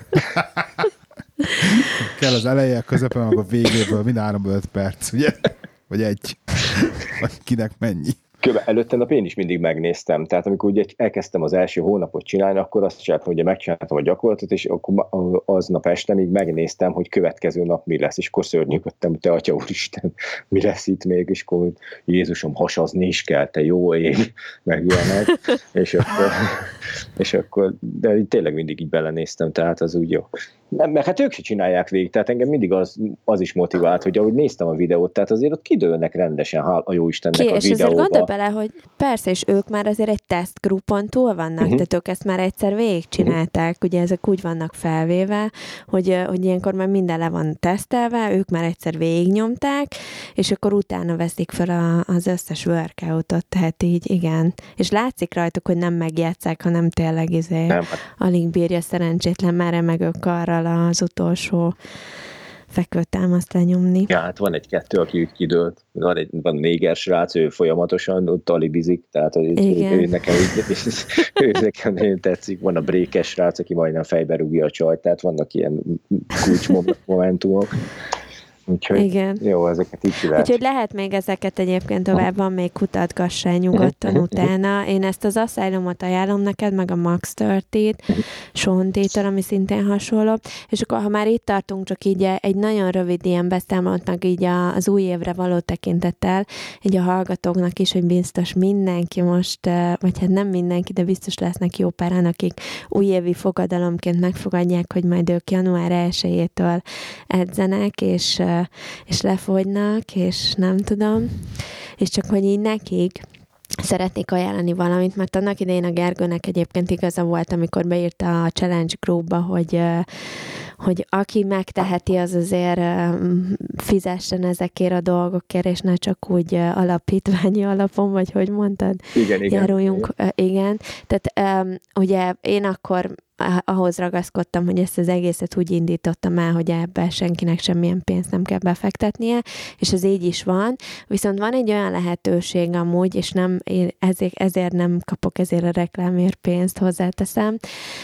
Kell az eleje, a közepe, meg a végéből mind három-öt perc, ugye? Vagy egy. Vagy kinek mennyi. Köve, előtte nap én is mindig megnéztem, tehát amikor ugye elkezdtem az első hónapot csinálni, akkor azt csináltam, hogy megcsináltam a gyakorlatot, és akkor aznap este még megnéztem, hogy következő nap mi lesz, és akkor szörnyűködtem, te atya úristen, mi lesz itt még, és akkor Jézusom, hasazni is kell, te jó ég, meg ilyenek, és akkor, és akkor, de tényleg mindig így belenéztem, tehát az úgy jó. Nem, mert hát ők se csinálják végig, tehát engem mindig az, az is motivált, hogy ahogy néztem a videót, tehát azért ott kidőlnek rendesen a Jóistennek Ki, a és videóba. És azért gondolj bele, hogy persze, és ők már azért egy tesztgrupon túl vannak, uh-huh. tehát ők ezt már egyszer végigcsinálták, uh-huh. ugye ezek úgy vannak felvéve, hogy, hogy ilyenkor már minden le van tesztelve, ők már egyszer végignyomták, és akkor utána veszik fel a, az összes workoutot, tehát így igen. És látszik rajtuk, hogy nem megjátszák, hanem tényleg izé, nem. alig bírja szerencsétlen már remegő karral az utolsó fekvőtámaszt lenyomni. Ja, hát van egy-kettő, aki úgy kidőlt. Van egy van néger srác, ő folyamatosan ott alibizik, tehát ő, ő, ő nekem, ő nekem nagyon tetszik. Van a brékes srác, aki majdnem fejbe rúgja a csajt, tehát vannak ilyen kulcsmomentumok. Úgyhogy igen. Jó, ezeket így ki lehet. Úgyhogy lehet még ezeket egyébként tovább, van még kutatgassál nyugodtan utána. Én ezt az Asylumot ajánlom neked, meg a Max harmincot, Sean Tate-től, ami szintén hasonló. És akkor, ha már itt tartunk, csak így egy nagyon rövid ilyen beszámolót, meg így az új évre való tekintettel, így a hallgatóknak is, hogy biztos mindenki most, vagy hát nem mindenki, de biztos lesznek jó páran, akik újévi fogadalomként megfogadják, hogy majd ők január elsejétől edzenek, és és lefogynak, és nem tudom, és csak hogy így nekik szeretnék ajánlani valamit, mert annak idején a Gergőnek egyébként igaza volt, amikor beírta a Challenge Groupba, hogy, hogy aki megteheti, az azért fizessen ezekért a dolgokért, és ne csak úgy alapítványi alapon, vagy hogy mondtad? Igen, igen. Járuljunk, igen. Tehát ugye én akkor ahhoz ragaszkodtam, hogy ezt az egészet úgy indítottam el, hogy ebbe senkinek semmilyen pénzt nem kell befektetnie, és az így is van. Viszont van egy olyan lehetőség amúgy, és nem, ezért, ezért nem kapok ezért a reklámért pénzt, hozzáteszem,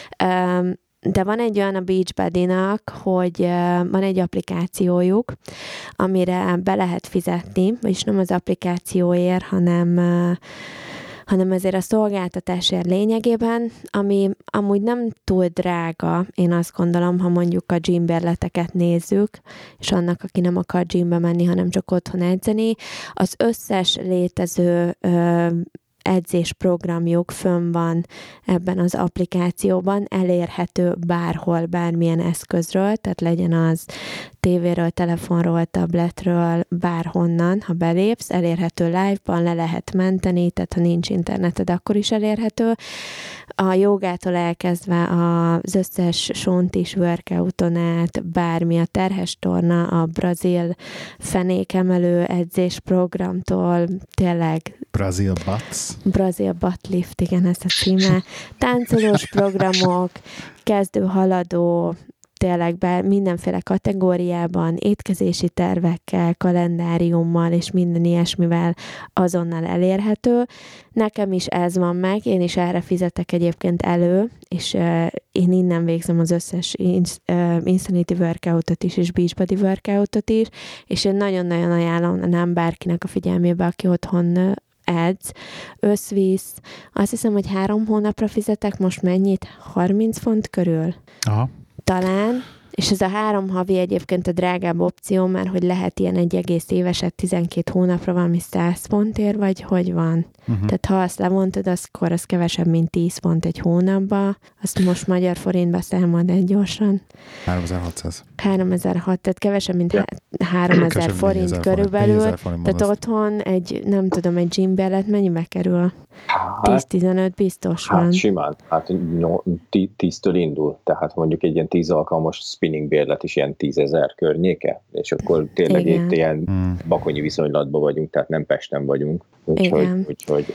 de van egy olyan a Beachbody-nak, hogy van egy applikációjuk, amire be lehet fizetni, vagyis nem az applikációért, hanem hanem ezért a szolgáltatásért lényegében, ami amúgy nem túl drága, én azt gondolom, ha mondjuk a gymbérleteket nézzük, és annak, aki nem akar gymbe menni, hanem csak otthon edzeni, az összes létező ö, edzésprogramjuk fönn van ebben az applikációban, elérhető bárhol, bármilyen eszközről, tehát legyen az tévéről, telefonról, tabletről, bárhonnan, ha belépsz, elérhető live-ban, le lehet menteni, tehát ha nincs interneted, akkor is elérhető. A jogától elkezdve az összes sontis workouton át, bármi a terhes torna, a brazil fenékemelő edzésprogramtól, tényleg Brazil Butts. Brazil Butt Lift, igen, ez a címe. Táncolós programok, kezdő, haladó, tényleg bár mindenféle kategóriában, étkezési tervekkel, kalendáriummal és minden ilyesmivel azonnal elérhető. Nekem is ez van meg, én is erre fizetek egyébként elő, és uh, én innen végzem az összes in- uh, Insanity workoutot is, és Beachbody workoutot is, és én nagyon-nagyon ajánlom nem bárkinek a figyelmébe, aki otthon edz, összvisz. Azt hiszem, hogy három hónapra fizetek, most mennyit? harminc font körül? Aha. Talán. És ez a három havi egyébként a drágább opció, mert hogy lehet ilyen egy egész éveset tizenkét hónapra valami száz pontért, vagy hogy van. Uh-huh. Tehát ha azt levontad, akkor az kevesebb, mint tíz pont egy hónapba. Azt most magyar forintba számold egy gyorsan. háromezer-hatszáz. háromezer-hatszáz, tehát kevesebb, mint ja. háromezer forint körülbelül. Forint, tehát otthon egy, nem tudom, egy gymbérlet mennyibe kerül? tíz-tizenöt biztos hát van. Simán, hát tíztől indul, tehát mondjuk egy ilyen tíz alkalmas spinning bérlet is ilyen tízezer környéke, és akkor tényleg igen. itt ilyen hmm. bakonyi viszonylatban vagyunk, tehát nem Pesten vagyunk, úgyhogy úgy,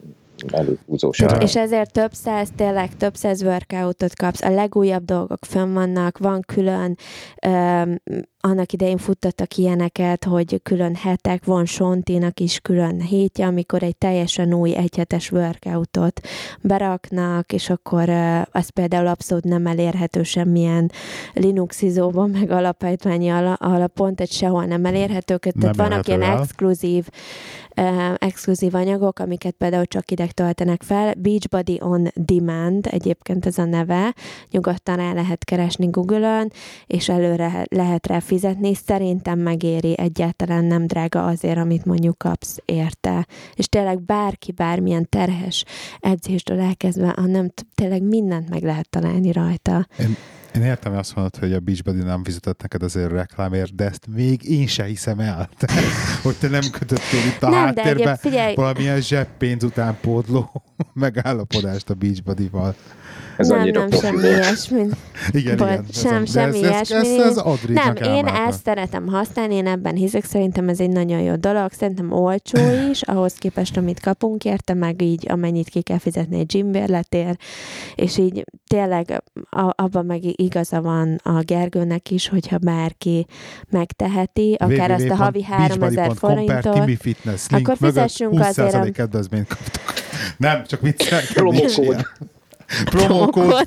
előhúzóság. És ezért több száz, tényleg több száz workoutot kapsz, a legújabb dolgok fönn vannak, van külön, um, annak idején futtattak ilyeneket, hogy külön hetek, van Sontinak is külön hétje, amikor egy teljesen új egyhetes workoutot beraknak, és akkor uh, az például abszolút nem elérhető semmilyen Linux-izóban, meg alapítványi alapon, tehát sehol nem elérhetők. Tehát vannak ilyen el. exkluzív Uh, exkluzív anyagok, amiket például csak ide töltenek fel. Beachbody on Demand, egyébként ez a neve, nyugodtan rá lehet keresni Google-ön, és előre lehet rá fizetni. Szerintem megéri, egyáltalán nem drága azért, amit mondjuk kapsz érte. És tényleg bárki, bármilyen terhes edzéstől elkezdve, hanem tényleg mindent meg lehet találni rajta. Én, én értem, hogy azt mondod, hogy a Beachbody nem fizetett neked azért reklámért, de ezt még én se hiszem el, hogy te nem kötöttél itt a nem, háttérbe figyelj... valamilyen zseppénz utánpótló megállapodást a Beachbody-val. Ez nem, nem, semmi ilyesmi. Igen, Vagy igen. Sem, ez, semmi ez, ez, ez, ez Nem, én ezt szeretem használni, én ebben hiszek, szerintem ez egy nagyon jó dolog, szerintem olcsó is, ahhoz képest, amit kapunk érte, meg így amennyit ki kell fizetni egy gymbérletért, és így tényleg abban meg igaza van a Gergőnek is, hogyha bárki megteheti, akár azt a havi háromezer forintot, akkor fizessünk azért a... kedvezményt kaptok. Nem, csak viccelek. Promokód. Promokód.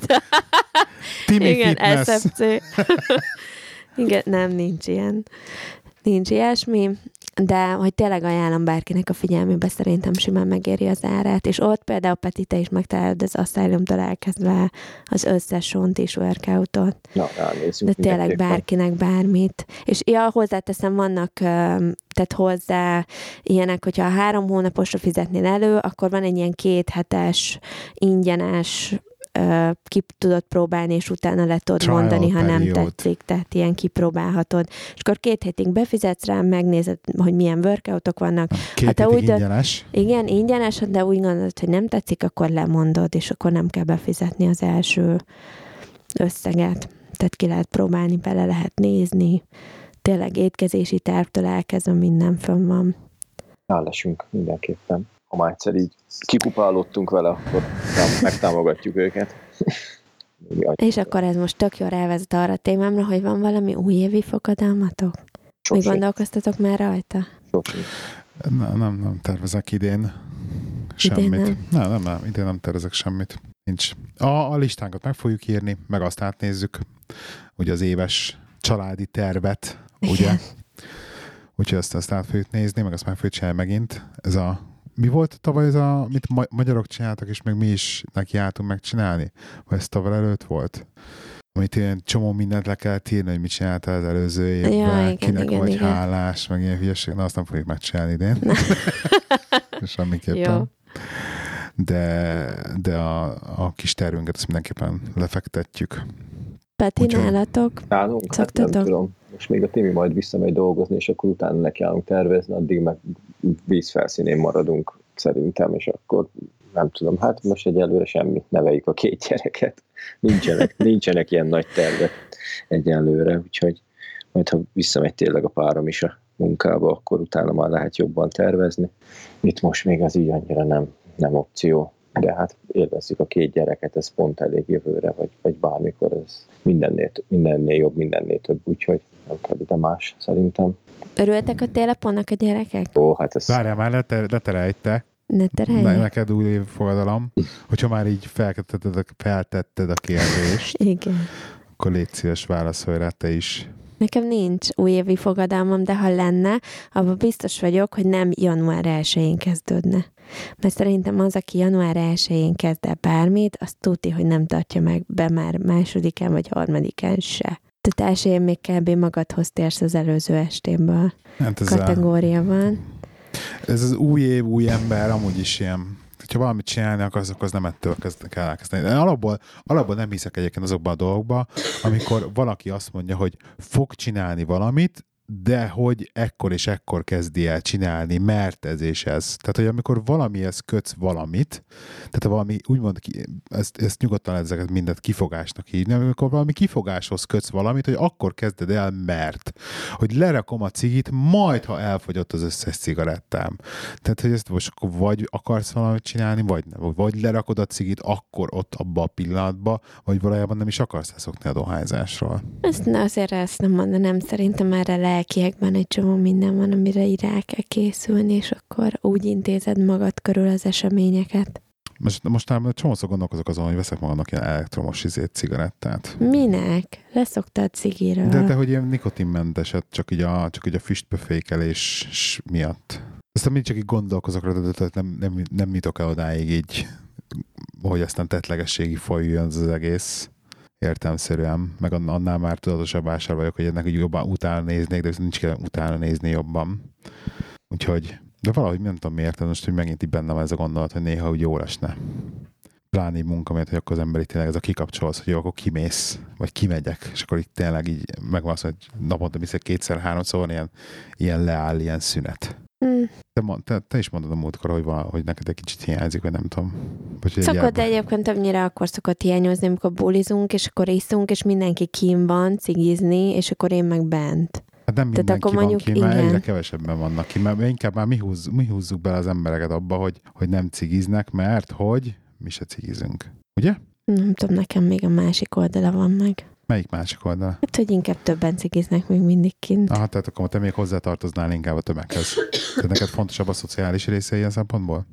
Timi igen, Fitness. es ef cé. Igen, nem, nincs ilyen. Nincs ilyesmi, de hogy tényleg ajánlom bárkinek a figyelmébe, szerintem simán megéri az árát, és ott például Peti, te is megtalálod az Asylum-tól elkezdve az összes sontis workoutot. Na, ránézzük. De tényleg bárkinek bármit. És ja, hozzáteszem, vannak tehát hozzá ilyenek, hogyha a három hónaposra fizetnél elő, akkor van egy ilyen kéthetes ingyenes ki tudod próbálni, és utána le tudod Trial mondani, ha nem period. Tetszik, tehát ilyen kipróbálhatod. És akkor két hétig befizetsz rá, megnézed, hogy milyen workoutok vannak. Két hát, hétig úgy, ingyenes? Igen, ingyenes, de úgy gondolod, hogy nem tetszik, akkor lemondod, és akkor nem kell befizetni az első összeget. Tehát ki lehet próbálni, bele lehet nézni. Tényleg étkezési tervtől elkezdve minden fönn van. Állásunk mindenképpen. Ha már egyszer így kipupálódtunk vele, akkor megtámogatjuk őket. És akkor ez most tök jól elvezet arra a témámra, hogy van valami újévi fogadalmatok? Mi gondolkoztatok már rajta? Nem, nem, nem tervezek idén semmit. Idén nem. Nem, nem, nem, idén nem tervezek semmit. Nincs. A, a listánkat meg fogjuk írni, meg azt átnézzük, ugye az éves családi tervet, ugye? Igen. Úgyhogy azt, azt át fogjuk nézni, meg azt meg fogjuk csinálni megint. Ez a Mi volt tavaly ez a, mit ma- magyarok csináltak, és meg mi is nekiálltunk megcsinálni? Vagy ez tavaly előtt volt? Amit ilyen csomó mindent le kellett írni, hogy mit csináltál az előző évben, ja, igen, kinek igen, vagy igen. hálás, meg ilyen hülyeség. Na, azt nem fogjuk megcsinálni idén. Semmiképpen. Jó. De, de a, a kis tervünket azt mindenképpen lefektetjük. Peti, Úgyhogy... nálatok? Nálunk? Hát nem tudom. Most még a Timi majd visszamegy dolgozni, és akkor utána nekiállunk tervezni, addig meg vízfelszínén maradunk szerintem, és akkor nem tudom, hát most egyelőre semmit, neveljük a két gyereket. Nincsenek, nincsenek ilyen nagy tervek egyelőre, úgyhogy majd ha visszamegy tényleg a párom is a munkába, akkor utána már lehet jobban tervezni. Itt most még az így annyira nem, nem opció, de hát élvezzük a két gyereket, ez pont elég jövőre, vagy, vagy bármikor, ez mindennél, mindennél jobb, mindennél több, úgyhogy nem kell ide más, szerintem. Örültek a téleponnak a gyerekek? Ó, hát ez... Várjál már, leterelj te. Ne terelj. Ne, neked új fogadalom, hogyha már így feltetted a, feltetted a kérdést. Igen. Akkor légy szíves, válaszolj rá te is. Nekem nincs újévi fogadalmam, de ha lenne, abban biztos vagyok, hogy nem január elsején kezdődne. Mert szerintem az, aki január elsején kezd el bármit, azt tudja, hogy nem tartja meg be már másodikán vagy harmadikán se. Tehát első még kb. Magadhoz térsz az előző estéből. Hát ez kategória a... van. Ez az új év, új ember, amúgy is ilyen. Ha valamit csinálni akarsz, akkor az nem ettől kezd, kell elkezdeni. De alapból, alapból nem hiszek egyébként azokban a dolgokban, amikor valaki azt mondja, hogy fog csinálni valamit, de hogy ekkor és ekkor kezdi el csinálni, mert ez és ez. Tehát, hogy amikor valamihez kötsz valamit, tehát valami, úgymond, ezt, ezt nyugodtan ezeket mindet kifogásnak hívni, amikor valami kifogáshoz kötsz valamit, hogy akkor kezded el, mert. Hogy lerakom a cigit, majd, ha elfogyott az összes cigarettám. Tehát, hogy ezt most akkor vagy akarsz valamit csinálni, vagy nem. Vagy lerakod a cigit akkor ott abba a pillanatba, vagy valójában nem is akarsz elszokni a dohányzásról. Ezt azért ezt nem mondanám, szerintem erre lelkiekben egy csomó minden van, amire így rá kell készülni, és akkor úgy intézed magad körül az eseményeket. Most, most csomószor gondolkozok azon, hogy veszek magamnak ilyen elektromos izét, cigarettát. Minek? Leszoktál cigiről. De te, hogy ilyen nikotinmenteset, csak így a, csak így a füstpöfékelés miatt. Aztán mindig csak így gondolkozok rá, de nem, nem, nem jutok el odáig így, hogy aztán tettlegességi folyjon az egész. Értelmszerűen, meg annál már tudatosabb vásár vagyok, hogy ennek jobban utána néznék, de viszont nincs kell utána nézni jobban. Úgyhogy, de valahogy nem tudom miért, most, hogy megint így bennem ez a gondolat, hogy néha úgy jól esne. Pláne így munka miatt, hogy akkor az ember itt tényleg ez a kikapcsolsz, hogy jó, akkor kimész, vagy kimegyek, és akkor itt tényleg így megvan az, hogy naponta viszont kétszer-háromszor van ilyen, ilyen leáll, ilyen szünet. Mm. Te, te, te is mondod a múltkor, hogy, vala, hogy neked egy kicsit hiányzik, vagy nem tudom. Szokott egy egyébként többnyire akkor szokott hiányozni, amikor bulizunk, és akkor iszunk, és mindenki kín van cigizni, és akkor én meg bent. Hát nem mindenki akkor van mondjuk, kín, mert egyre kevesebben vannak kín, mert inkább már mi, húz, mi húzzuk bele az embereket abba, hogy, hogy nem cigiznek, mert hogy mi se cigizünk. Ugye? Nem tudom, nekem még a másik oldala van meg. Melyik másik oldal? Hát, hogy inkább többen cigiznek még mindig kint. Aha, tehát akkor te még hozzátartoznál inkább a tömeghez. Tehát neked fontosabb a szociális része ilyen szempontból?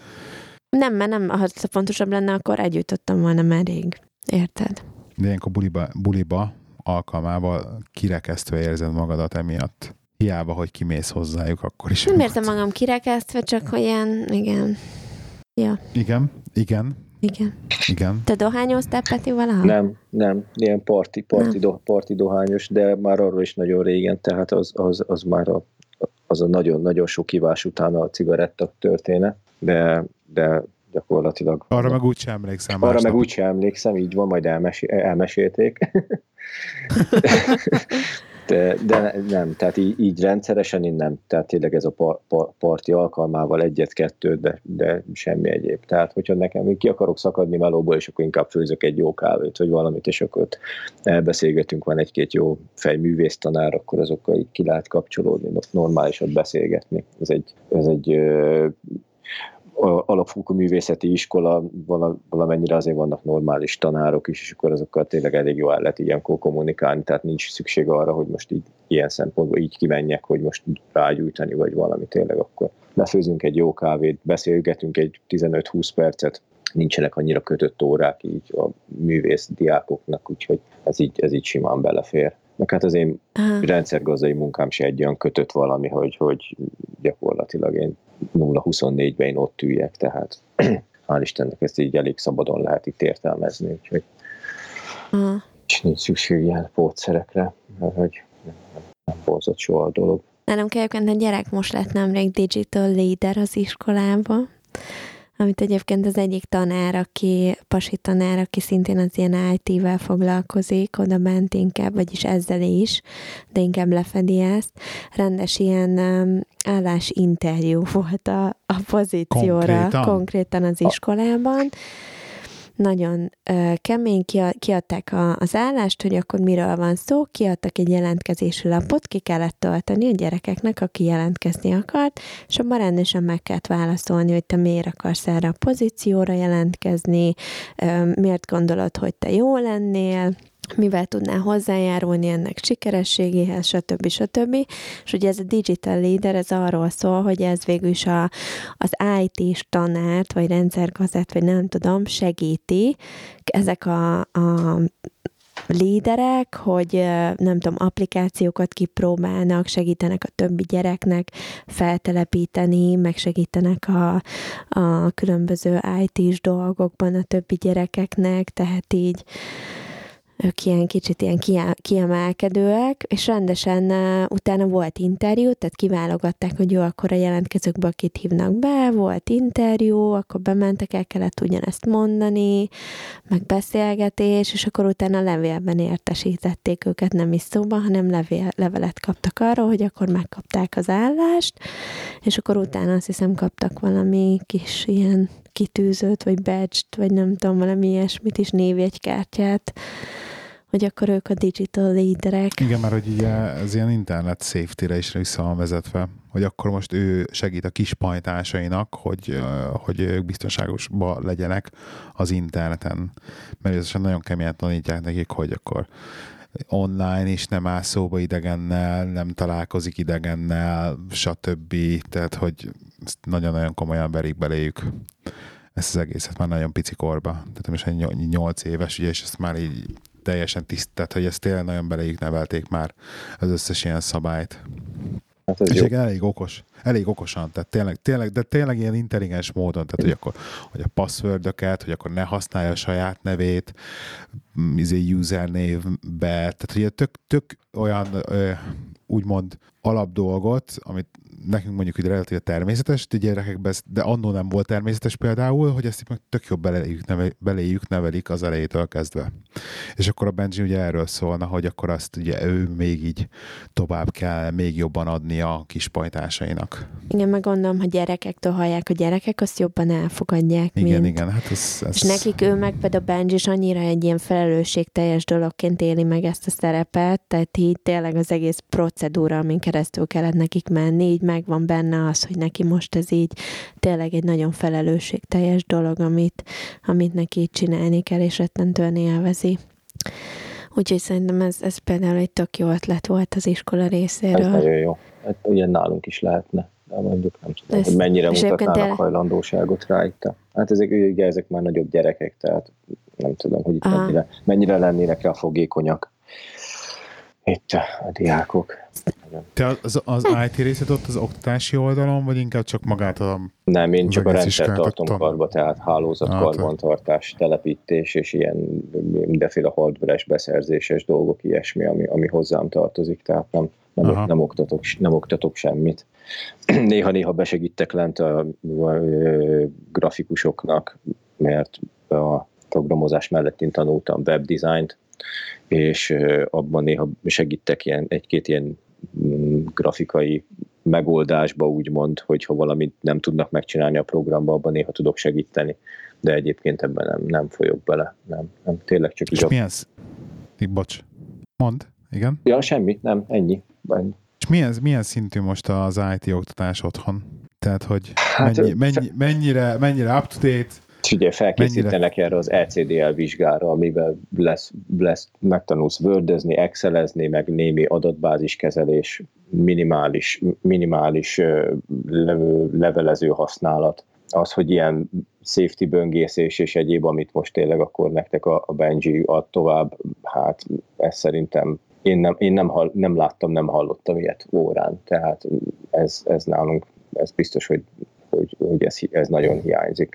Nem, mert nem, ha fontosabb lenne, akkor együtt tudtam volna már rég. Érted? De ilyenkor buliba, buliba alkalmával kirekesztve érzed magadat emiatt. Hiába, hogy kimész hozzájuk, akkor is. Nem érzem magam kirekesztve, csak olyan, igen. Ja. Igen, igen. Igen. Igen. Te dohányoztál, Peti, valaha? Nem, nem. Ilyen parti, parti, do, parti dohányos, de már arról is nagyon régen, tehát az, az, az már a, az a nagyon-nagyon sok kivás után a cigaretta történet, de, de gyakorlatilag... Arra meg úgy sem emlékszem. Arra meg úgy sem emlékszem, így van, majd elmesél, elmesélték. De, de nem, tehát így, így rendszeresen én nem, tehát tényleg ez a par, par, parti alkalmával egyet-kettőt, de, de semmi egyéb. Tehát, hogyha nekem ki akarok szakadni melóból, és akkor inkább főzök egy jó kávét, vagy valamit, és akkor elbeszélgetünk, van egy-két jó fejművész tanár, akkor azokkal így ki lehet kapcsolódni, normálisat beszélgetni. Ez egy, ez egy alapfokú művészeti iskola, valamennyire azért vannak normális tanárok is, és akkor azokkal tényleg elég jól el lehet ilyenkor kommunikálni, tehát nincs szükség arra, hogy most így ilyen szempontból így kimenjek, hogy most rágyújtani, vagy valami tényleg, akkor lefőzünk egy jó kávét, beszélgetünk egy tizenöt-húsz percet, nincsenek annyira kötött órák így a művész diákoknak, úgyhogy ez így, ez így simán belefér. Meg hát az én Aha. rendszergazdai munkám se egy olyan kötött valami, hogy, hogy gyakorlatilag én nulla huszonnégyben én ott üljek, tehát hál' Istennek ezt így elég szabadon lehet itt értelmezni, úgyhogy Aha. nincs szükség ilyen pótszerekre, mert hogy nem, nem borzott soha a dolog. Nálunk egyébként a gyerek most lett nemrég digital leader az iskolába, amit egyébként az egyik tanár, aki, pasi tanár, aki szintén az ilyen í té-vel foglalkozik, oda bent inkább, vagyis ezzel is, de inkább lefedi ezt. Rendes ilyen um, állásinterjú volt a, a pozícióra, konkrétan, konkrétan az iskolában. Nagyon uh, kemény, kiadták a, az állást, hogy akkor miről van szó, kiadtak egy jelentkezési lapot, ki kellett tölteni a gyerekeknek, aki jelentkezni akart, és abban rendesen meg kellett válaszolni, hogy te miért akarsz erre a pozícióra jelentkezni, uh, miért gondolod, hogy te jó lennél, mivel tudnál hozzájárulni ennek sikerességéhez, stb. stb. És ugye ez a digital leader, ez arról szól, hogy ez végül is a, az í té-s tanárt, vagy rendszergazdát, vagy nem tudom, segíti ezek a, a líderek, hogy nem tudom, applikációkat kipróbálnak, segítenek a többi gyereknek feltelepíteni, meg segítenek a, a különböző í té-s dolgokban a többi gyerekeknek, tehát így ők ilyen kicsit ilyen kiemelkedőek, és rendesen uh, utána volt interjú, tehát kiválogatták, hogy jó, akkor a jelentkezőkből kit hívnak be, volt interjú, akkor bementek, el kellett ugyanezt mondani, meg beszélgetés, és akkor utána levélben értesítették őket, nem is szóban, hanem levél, levelet kaptak arról, hogy akkor megkapták az állást, és akkor utána azt hiszem kaptak valami kis ilyen kitűzőt, vagy badge-t, vagy nem tudom, valami ilyesmit is, névjegykártyát, hogy akkor ők a digital leaderek. Igen, mert hogy ugye ez ilyen internet safety-re is vissza van vezetve, hogy akkor most ő segít a kis pajtásainak, hogy, hogy ők biztonságosban legyenek az interneten. Mert ez nagyon keményen tanítják nekik, hogy akkor online is nem áll szóba idegennel, nem találkozik idegennel, stb. Tehát, hogy nagyon-nagyon komolyan verik beléjük ezt az egészet már nagyon pici korba. Tehát most egy nyolc éves, ugye, és ezt már így teljesen tisztelt, hogy ezt tényleg nagyon beléjük nevelték már az összes ilyen szabályt. Hát és elég okos. Elég okosan, tehát tényleg, tényleg, de tényleg ilyen intelligens módon, tehát hogy akkor hogy a passwordöket, hogy akkor ne használja a saját nevét, izé username-be, tehát ugye tök, tök olyan ö, úgymond alapdolgot, amit nekünk mondjuk ugye relatíve természetes, de gyerekekben, de annó nem volt természetes például, hogy ezt meg tök jobb beléjük, neve, beléjük nevelik az elejétől kezdve. És akkor a Benji ugye erről szólna, hogy akkor azt ugye ő még így tovább kell még jobban adni a kis pajtásainak. Igen, meg gondolom, hogy gyerekektől hallják, a gyerekek azt jobban elfogadják, igen, mint... Igen, hát ez, ez... És nekik ő meg például a Benji is annyira egy ilyen felelősségteljes dologként éli meg ezt a szerepet, tehát így tényleg az egész procedúra, amin keresztül kellett nekik menni, így megvan benne az, hogy neki most ez így tényleg egy nagyon felelősségteljes dolog, amit, amit neki így csinálni kell, és rettentően élvezi. Úgyhogy szerintem ez, ez például egy tök jó ötlet volt az iskola részéről. Ez nagyon jó. Hát ugye nálunk is lehetne, de mondjuk nem tudom, ez, hogy mennyire mutatnának tényleg... hajlandóságot rá itt. Hát ezek, ugye, ezek már nagyobb gyerekek, tehát nem tudom, hogy itt mennyire, mennyire lennének rá fogékonyak itt a diákok. Te az, az í té részed ott az oktatási oldalon, vagy inkább csak magát a... Nem, én csak a rendszer tartom karba, tehát hálózat ah, karbantartás, telepítés és ilyen mindenféle hardveres beszerzéses dolgok, ilyesmi, ami, ami hozzám tartozik, tehát nem, nem, nem, oktatok, nem oktatok semmit. Néha-néha besegítek lent a, a, a grafikusoknak, mert a programozás mellett én tanultam webdesignt, és abban néha segítek ilyen, egy-két ilyen grafikai megoldásba, úgymond, hogyha valamit nem tudnak megcsinálni a programba, abban néha tudok segíteni, de egyébként ebben nem, nem folyok bele. Nem, nem, tényleg csak... És milyen... Bocs, mondd, igen? Ja, semmi, nem, ennyi. ennyi. És milyen, milyen szintű most az í té oktatás otthon? Tehát, hogy hát, mennyi, mennyi, mennyire, mennyire up-to-date? És ugye felkészítenek erre az e cé dé el vizsgára, amiben lesz, lesz, megtanulsz Wordezni, Excelezni, meg némi adatbáziskezelés, minimális, minimális levelező használat. Az, hogy ilyen safety böngészés és egyéb, amit most tényleg akkor nektek a, a Benji ad tovább, hát ez szerintem én nem, én nem, hall, nem láttam, nem hallottam ilyet órán. Tehát ez, ez nálunk, ez biztos, hogy, hogy, hogy ez, ez nagyon hiányzik.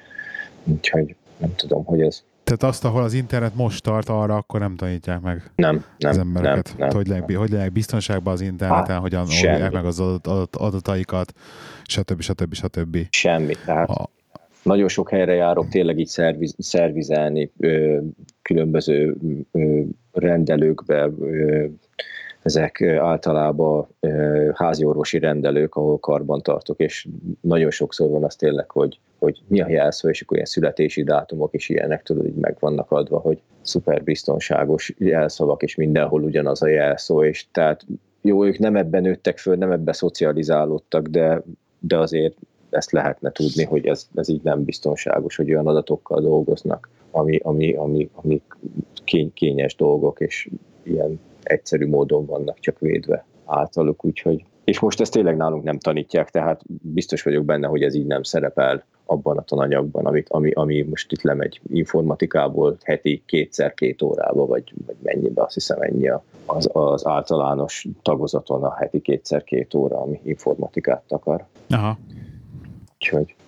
Úgyhogy nem tudom, hogy ez... Tehát azt, ahol az internet most tart, arra akkor nem tanítják meg nem, nem, az embereket. Nem, nem, hogy, legyenek, hogy legyenek biztonságban az interneten, hát, hogyan oldják meg az adat, adat, adataikat, stb. stb. stb. Semmi. Tehát a... nagyon sok helyre járok tényleg így szerviz, szervizelni ö, különböző ö, rendelőkbe, ö, ezek általában ö, háziorvosi rendelők, ahol karban tartok, és nagyon sokszor van az tényleg, hogy, hogy mi a jelszó, és akkor ilyen születési dátumok is ilyenek, tudod, így meg vannak adva, hogy szuper biztonságos jelszavak, és mindenhol ugyanaz a jelszó, és tehát jó, ők nem ebben nőttek föl, nem ebben szocializálódtak, de, de azért ezt lehetne tudni, hogy ez, ez így nem biztonságos, hogy olyan adatokkal dolgoznak, ami, ami, ami, ami kény, kényes dolgok, és ilyen egyszerű módon vannak csak védve általuk, úgyhogy... És most ezt tényleg nálunk nem tanítják, tehát biztos vagyok benne, hogy ez így nem szerepel abban a tananyagban, amit, ami, ami most itt lemegy informatikából heti kétszer két órába, vagy, vagy mennyibe, azt hiszem ennyi az, az általános tagozaton a heti kétszer két óra, ami informatikát akar. Aha. Úgyhogy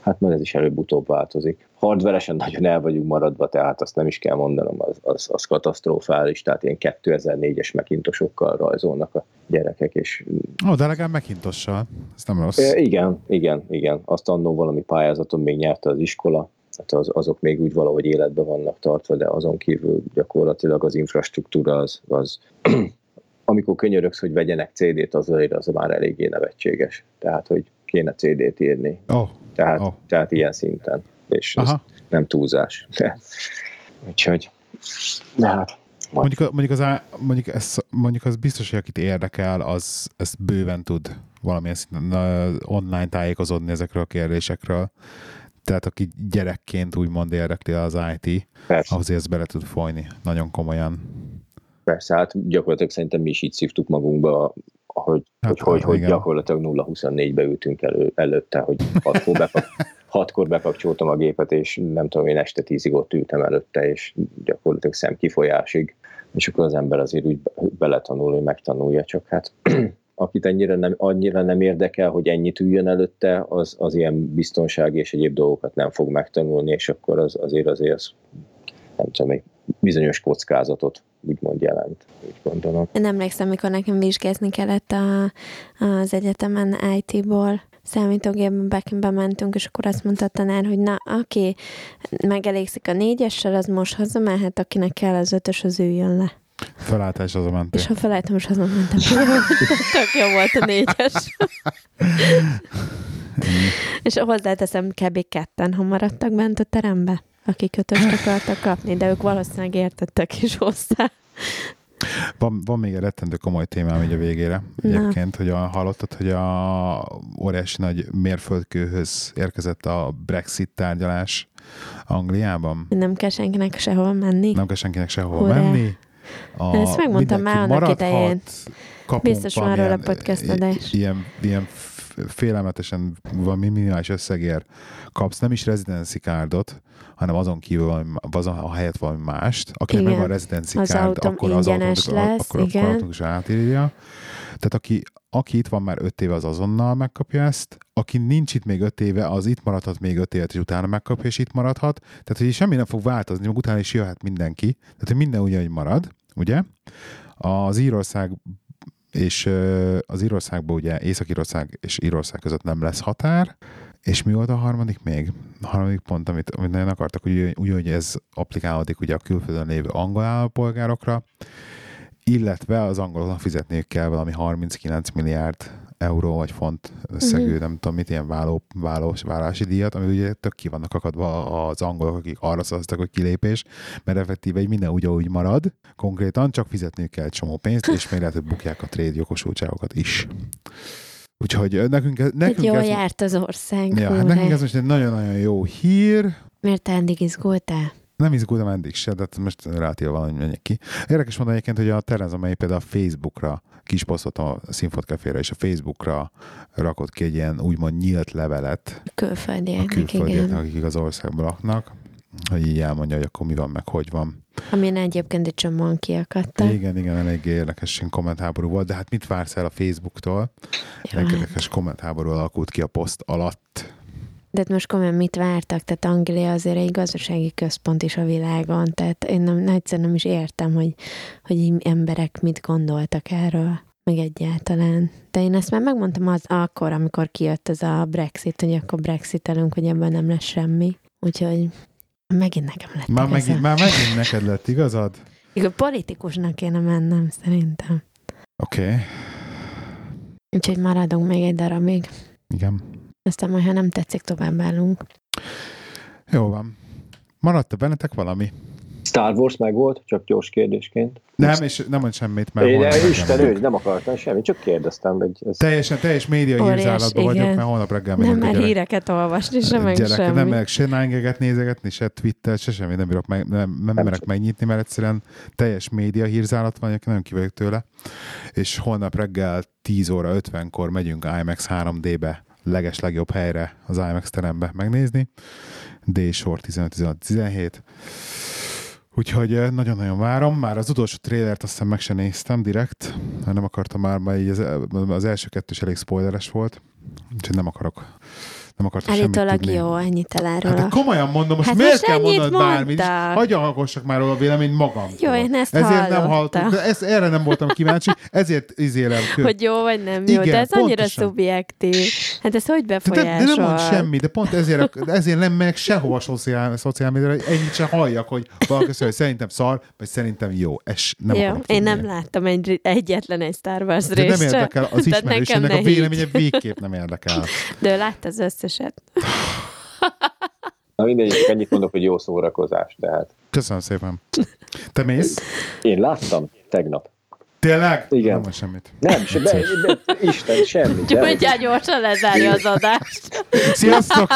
hát majd ez is előbb-utóbb változik. Hardveresen nagyon el vagyunk maradva, tehát azt nem is kell mondanom, az, az, az katasztrofális, tehát ilyen kétezer-négyes Macintosokkal rajzolnak a gyerekek, és... Ó, de legalább Macintossal, ez nem rossz. E, igen, igen, igen. Azt annó valami pályázaton még nyerte az iskola, hát az, azok még úgy valahogy életben vannak tartva, de azon kívül gyakorlatilag az infrastruktúra az... az amikor könyörögsz, hogy vegyenek cé dét, az, az már eléggé nevetséges. Tehát, hogy kéne cé dét írni. Oh. Tehát, oh. tehát ilyen szinten. És ez nem túlzás. Úgyhogy, de hát... Mondjuk, mondjuk, az, mondjuk, ez, mondjuk az biztos, hogy akit érdekel, az ezt bőven tud valamilyen szinten online tájékozódni ezekről a kérdésekről. Tehát aki gyerekként úgymond érdekli az í té, persze, ahhoz ezt bele tud folyni. Nagyon komolyan. Persze, hát gyakorlatilag szerintem mi is így szívtuk magunkba, hogy, hát, hogy, hogy, hogy gyakorlatilag nulla huszonnégybe ültünk elő, előtte, hogy hatkor, bekap, hatkor bekapcsoltam a gépet, és nem tudom, én este tízig ott ültem előtte, és gyakorlatilag szemkifolyásig, és akkor az ember azért úgy beletanul, hogy megtanulja, csak hát akit ennyire nem, annyira nem érdekel, hogy ennyit üljön előtte, az, az ilyen biztonsági és egyéb dolgokat nem fog megtanulni, és akkor az, azért azért az, nem tudom, egy bizonyos kockázatot úgymond jelent, úgy gondolom. Én emlékszem, amikor nekem vizsgázni kellett a, az egyetemen í té-ból, számítógépben backendbe mentünk, és akkor azt mondta a tanár, hogy na, aki megelégszik a négyessel, az most hazamehet, akinek kell az ötös, az üljön le. Felálltál, és haza mentél. És ha felálltam, és haza mentem. Tök jó volt a négyes. És hozzáteszem, kb. Ketten, ha maradtak bent a terembe, akik ötöst akartak kapni, de ők valószínűleg értettek is hozzá. Van, van még egy rettentő komoly témám így a végére. Egyébként, hogy a, hallottad, hogy a óriási nagy mérföldkőhöz érkezett a Brexit tárgyalás Angliában? Nem kell senkinek sehol menni. Nem kell senkinek sehol Hurrá. menni. A, ezt megmondtam már annak idején. Biztos van róla a podcast adás. Ilyen, ilyen félelmetesen valami minimális összegért kapsz, nem is residency cardot, hanem azon kívül valami, azon a helyett valami mást. Akinek meg van residency az card, akkor az automatikus lesz, akkor automatikus átírja. Tehát aki, aki itt van már öt éve, az azonnal megkapja ezt. Aki nincs itt még öt éve, az itt maradhat még öt évet, és utána megkapja, és itt maradhat. Tehát, hogy semmi nem fog változni, meg utána is jöhet mindenki. Tehát, hogy minden ugyanúgy marad, ugye? Az Írország és az Írországban ugye Észak-Írország és Írország között nem lesz határ, és mi volt a harmadik még? A harmadik pont, amit, amit nagyon akartak, hogy úgy, hogy ez applikálódik ugye a külföldön lévő angol állampolgárokra, illetve az angoloknak fizetniük kell valami harminckilenc milliárd euró vagy font összegű, mm-hmm. nem tudom mit, ilyen váló, válós, válási díjat, ami ugye tök ki vannak akadva az angolok, akik arra szavaztak, hogy kilépés, mert effektíve egy minden ugyanúgy marad, konkrétan csak fizetniük kell egy csomó pénzt, és még lehet, hogy bukják a trade jogosultságokat is. Úgyhogy nekünk, nekünk jól ez... járt az ország. Ja, hát nekünk ez most egy nagyon-nagyon jó hír. Miért te eddig izgultál? Nem izgultam eddig se, de most relatíva valami menjek ki. Érdekes mondani egyébként, hogy a Tereza May például a Facebookra kis posztoltam a Színfot Cafére, és a Facebookra rakott ki egy ilyen úgymond nyílt levelet. Külföldiek, a külföldiek, akik az országban laknak, hogy így elmondja, hogy akkor mi van, meg hogy van. Amin egyébként egy csomóan kiakadtak. Igen, igen, elég érdekes kommentháború volt, de hát mit vársz el a Facebooktól? Elég érdekes kommentháború alakult ki a poszt alatt. De most komolyan mit vártak? Tehát Anglia azért egy gazdasági központ is a világon, tehát én nem, egyszerűen nem is értem, hogy, hogy emberek mit gondoltak erről, meg egyáltalán. De én ezt már megmondtam az akkor, amikor kijött ez a Brexit, hogy akkor Brexitelünk, hogy ebben nem lesz semmi. Úgyhogy megint nekem lett Már, megint, már megint neked lett, igazad? Igen, politikusnak kéne mennem, szerintem. Oké. Okay. Úgyhogy maradunk még egy darabig. Igen. Aztán majd, ha nem tetszik, tovább állunk. Jó van. Maradt-e bennetek valami? Star Wars meg volt, csak gyors kérdésként. Nem, és nem mond semmit, mert én holnap Isten ő, nem akartam semmit, csak kérdeztem. Hogy ez... Teljesen, teljes média hírzálatban vagyok, mert holnap reggel megyünk. Nem, mert híreket olvasni, sem meg gyerek, semmi. Nem merek se nájngeget nézegetni, se Twitter, se semmi, nem, bírok meg, nem, nem, nem merek megnyitni, mert egyszerűen teljes média hírzálat van, nagyon ki vagyok tőle. És holnap reggel tíz óra ötvenkor megyünk IMAX három dé-be, leges legjobb helyre az IMAX terembe megnézni. D-sor tizenöt tizenhat tizenhét. Úgyhogy nagyon-nagyon várom. Már az utolsó trélert azt hiszem meg sem néztem direkt, nem akartam már, mert így az, az első kettős elég spoileres volt, úgyhogy nem akarok Nem akartam semmit tudni. Állítólag jó, ennyit elárulok. Hát komolyan mondom, most hát miért most kell mondanod bármit? Hagyj alkossak már róla a véleményt magam. Jó, én ezt ezért hallottam. nem hallottam, de ez, erre nem voltam kíváncsi, ezért izélem. Kö... Hogy jó vagy nem jó, igen, de ez pontosan. annyira szubjektív. Hát ez hogy befolyásol? De, de nem mond semmi, de pont ezért, ezért nem megyek sehova szociál, szociál médiára, hogy ennyit sem halljak, hogy valaki szól, hogy szerintem szar, vagy szerintem jó. Ez nem jó, én nem láttam egy, egyetlen egy Star Wars részt. De nem érdekel, az ismerősének a véleménye végképp nem érdekel. De ő látta az összeset. Na mindegy, csak ennyit mondok, hogy jó szórakozás, tehát. Köszönöm szépen. Te mész? Én láttam tegnap. Tényleg? Igen. Nem van semmit. Nem, se, be, be, Isten, semmi. Gyújtjál gyorsan lezárja az adást. Sziasztok!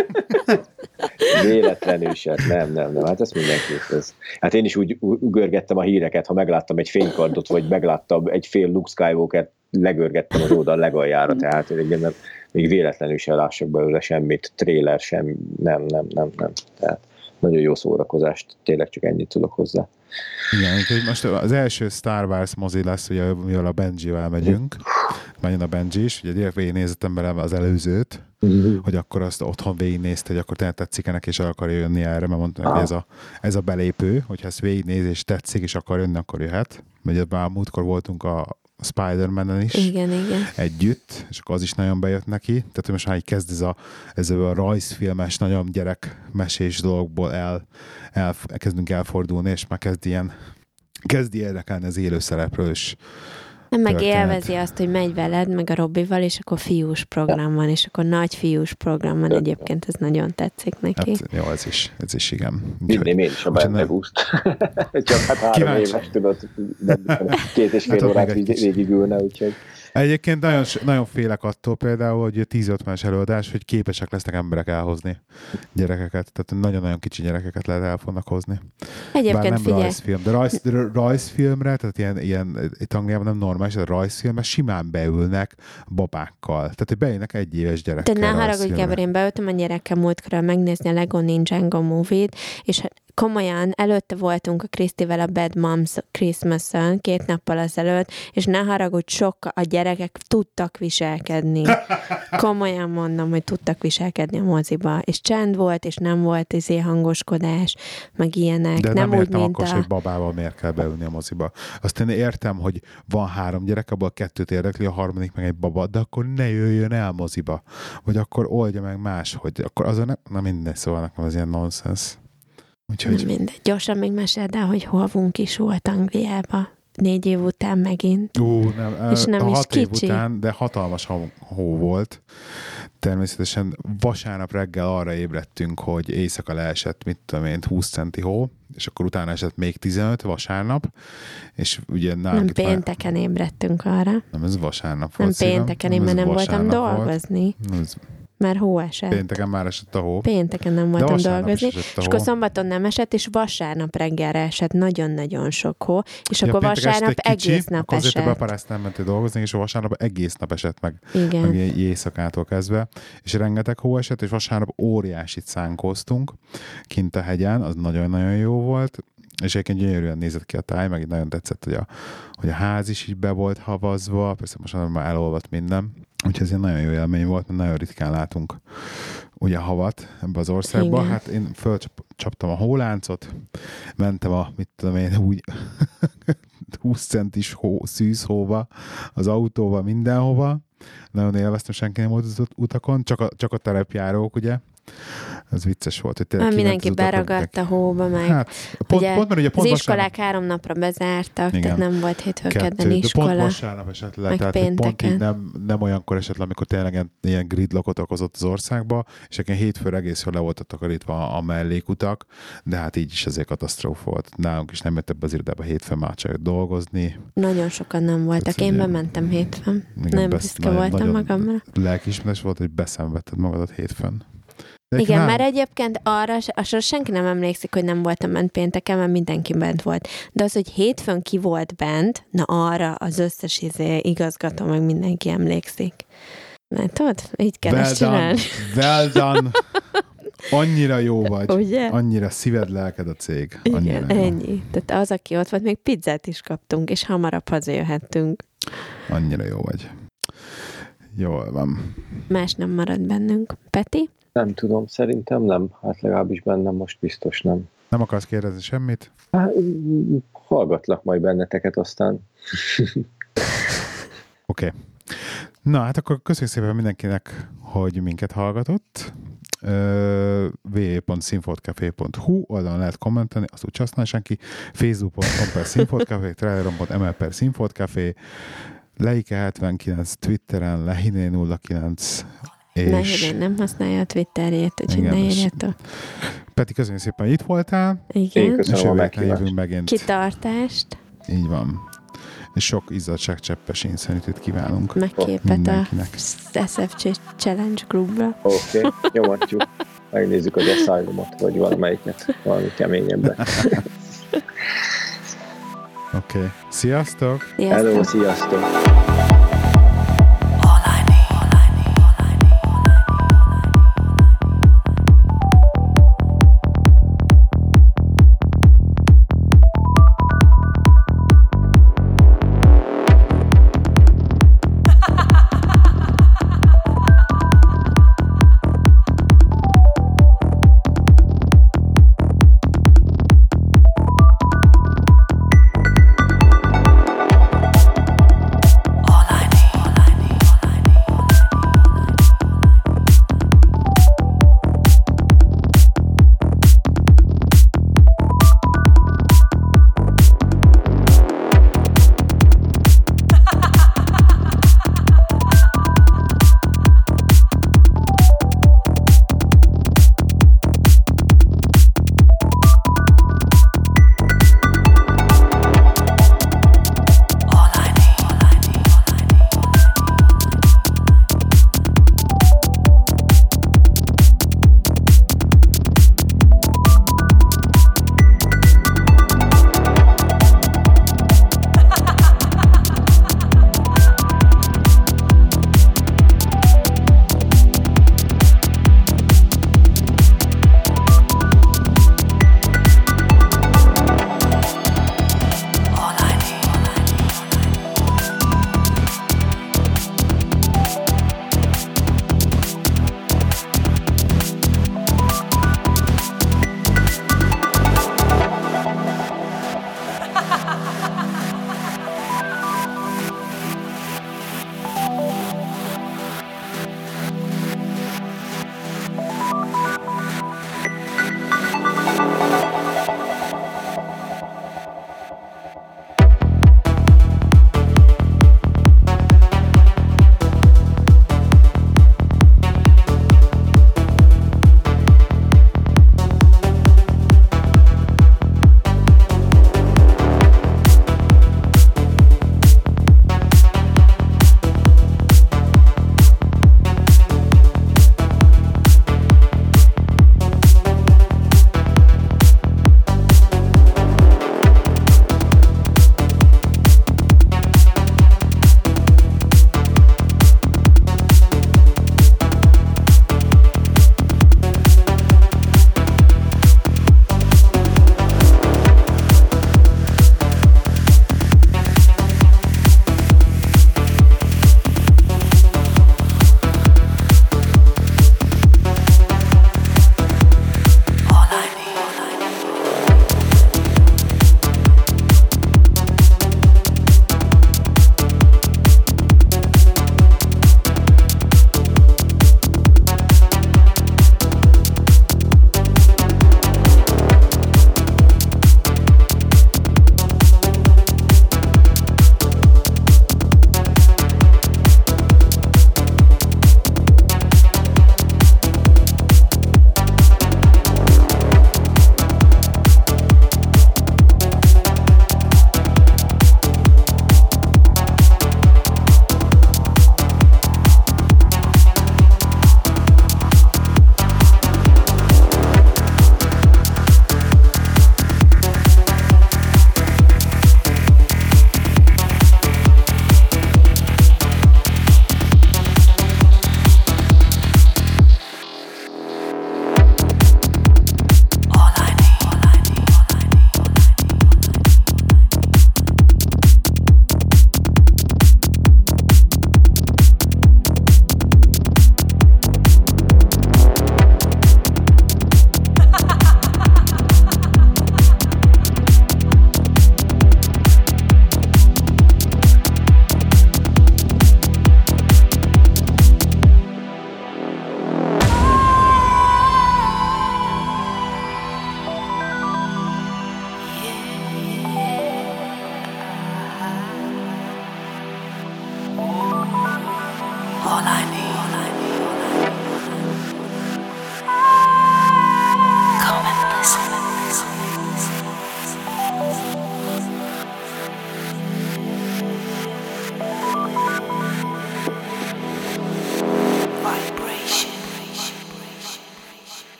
Véletlenül sem. Nem, nem, nem. Hát ez mindenképp ez. Hát én is úgy görgettem a híreket, ha megláttam egy fénykardot, vagy megláttam egy fél Luke Skywalker, legörgettem az oldal legaljára, tehát én nem, még véletlenül sem lássak belőle semmit, trailer sem, nem, nem, nem, nem. Tehát nagyon jó szórakozást, tényleg csak ennyit tudok hozzá. Igen, úgyhogy most az első Star Wars mozi lesz, ugye, mivel a Benjivel megyünk, menjön a Benji is, ugye direkt végignézettem bele az előzőt, uh-huh. hogy akkor azt otthon végignézte, hogy akkor tényleg tetszik ennek, és el akarja jönni erre, mert mondtam, ah. hogy ez a, ez a belépő, hogyha ezt végignéz, és tetszik, és akar jönni, akkor jöhet. Mert már múltkor voltunk a Spider-Man-en is igen, igen. együtt, és akkor az is nagyon bejött neki. Tehát, hogy most már így kezd ez a, ez a rajzfilmes, nagyon gyerekmesés dologból el, el, kezdünk elfordulni, és már kezd ilyen, kezdi érdekelni az élőszerepről is. Nem, meg élvezi azt, hogy megy veled, meg a Robival, és akkor fiús program van, és akkor nagy fiús program van, egyébként ez nagyon tetszik neki. Hát jó, ez is, ez is igen. Vinném én is a Bendegúzt. Csak hát három kíváncsi. Éves, tudod, két és fél hát órát végigülne, úgyhogy... Egyébként nagyon, nagyon félek attól például, hogy tíz ötvenes előadás, hogy képesek lesznek emberek elhozni gyerekeket. Tehát nagyon-nagyon kicsi gyerekeket lehet el fognak hozni. Egyébként Bár nem figyelj. rajzfilm, de rajz, rajzfilmre, tehát ilyen, ilyen itt Angliában nem normális, de rajzfilmre simán beülnek babákkal. Tehát, hogy beülnek egy éves gyerekkel. De ne haragudj, Gábor, én beültem a gyerekkel múltkor megnézni a Lego Ninjago movie-t, és komolyan, előtte voltunk a Krisztivel a Bad Moms Christmas-on, két nappal azelőtt, és ne haragudj, sok a gyerekek tudtak viselkedni. Komolyan mondom, hogy tudtak viselkedni a moziba. És csend volt, és nem volt izé hangoskodás, meg ilyenek. De nem, nem úgy, értem mint akkor, a... hogy babával miért kell beülni a moziba. Azt én értem, hogy van három gyerek, abból kettőt érdekli, a harmadik meg egy baba, de akkor ne jöjjön el moziba. Vagy akkor oldja meg más, hogy akkor azon nem... Na minden, szóval nekem az ilyen nonsense. Úgyhogy... Nem mindegy. Gyorsan még meséld el, hogy hovunk is volt Angliába. Négy év után megint. Ú, nem, és nem a is hat kicsi. év után, de hatalmas hó, hó volt. Természetesen vasárnap reggel arra ébredtünk, hogy éjszaka leesett, mit tudom én, húsz centi hó, és akkor utána esett még tizenöt vasárnap, és ugye nálunk Nem itt pénteken már... ébredtünk arra. Nem, ez vasárnap nem volt. Nem pénteken, én már nem voltam dolgozni. Ez... Már hó esett. Pénteken már esett a hó. Pénteken nem voltam dolgozni. És akkor szombaton nem esett, és vasárnap reggelre esett nagyon-nagyon sok hó, és ja, akkor vasárnap kicsi, egész nap akkor esett. Akkor azért a beparászt nem mentél dolgozni, és vasárnap egész nap esett meg. Igen. Meg éjszakától kezdve. És rengeteg hó esett, és vasárnap óriásit szánkóztunk kint a hegyen, az nagyon-nagyon jó volt. És egyébként gyönyörűen nézett ki a táj, meg így nagyon tetszett, hogy a, hogy a ház is így be volt havazva, persze most már elolvadt minden. Úgyhogy ez egy nagyon jó élmény volt, mert nagyon ritkán látunk ugye havat ebbe az országba. Igen. Hát én fölcsaptam a hóláncot, mentem a, mit tudom én, úgy húsz centis hó, szűzhóba, az autóval mindenhova. Nagyon élveztem, senki nem volt az utakon, csak a, csak a terepjárók, ugye. Ez vicces volt, hogy tényleg mindenki beragadt a hóba, meg hát, pont, ugye, pont, mert ugye pont az iskolák vasárnap... három napra bezártak, igen. Tehát nem volt hétfőkedden Kettő, iskola. Pont vasárnap esett le, meg tehát pénteken. Pont így nem, nem olyankor esett le, amikor tényleg ilyen, ilyen gridlockot okozott az országba, és egyébként hétfőre egész jól le voltak takarítva a mellékutak, de hát így is azért katasztrófa volt. Nálunk is nem jött ebbe az irodába hétfőn már csak dolgozni. Nagyon sokan nem voltak. Tehát, én bementem hétfőn. Nem büszke voltam magamra. Lelkiismeres volt, hogy beszenvedted magadat hétfőn. De igen, nem. Már egyébként arra, arra senki nem emlékszik, hogy nem voltam bent pénteken, mert mindenki bent volt. De az, hogy hétfőn ki volt bent, na arra az összes izé, igazgató, meg mindenki emlékszik. Mert tudod, így kell well ezt csinálni. Well done. Annyira jó vagy. Ugye? Annyira szíved, lelked a cég. Annyira igen, jó. Ennyi. Tehát az, aki ott volt, még pizzát is kaptunk, és hamarabb hazajöhettünk. Annyira jó vagy. Jól van. Más nem marad bennünk. Peti? Nem tudom, szerintem nem. Hát legalábbis bennem most biztos nem. Nem akarsz kérdezni semmit? Hát, hallgatlak majd benneteket aztán. Oké. Okay. Na, hát akkor köszönjük szépen mindenkinek, hogy minket hallgatott. Uh, double-u double-u double-u pont színfoltcafé pont hu oldalon lehet kommentelni, azt úgy használ senki. facebook pont com per színfoltcafé, traileron pont m l per színfoltcafé, Leike hetvenkilenc, Twitteren Lehiné nulla kilenc, és... Lehiné nem használja a Twitterjét, úgyhogy ne írjatok. Peti, köszönjük szépen, hogy itt voltál. Igen. Én köszönöm a meghívást. Megint. Kitartást. Így van. És sok izzadságcseppes inszenitűt kívánunk. Meg képet a es ef cé Challenge Groupra. Oké, okay, nyomatjuk. Megnézzük az Asylumot, vagy valamelyiket, valami keményebben. Oké. Okay. Sziasztok! Sziasztok! Hello, sziasztok!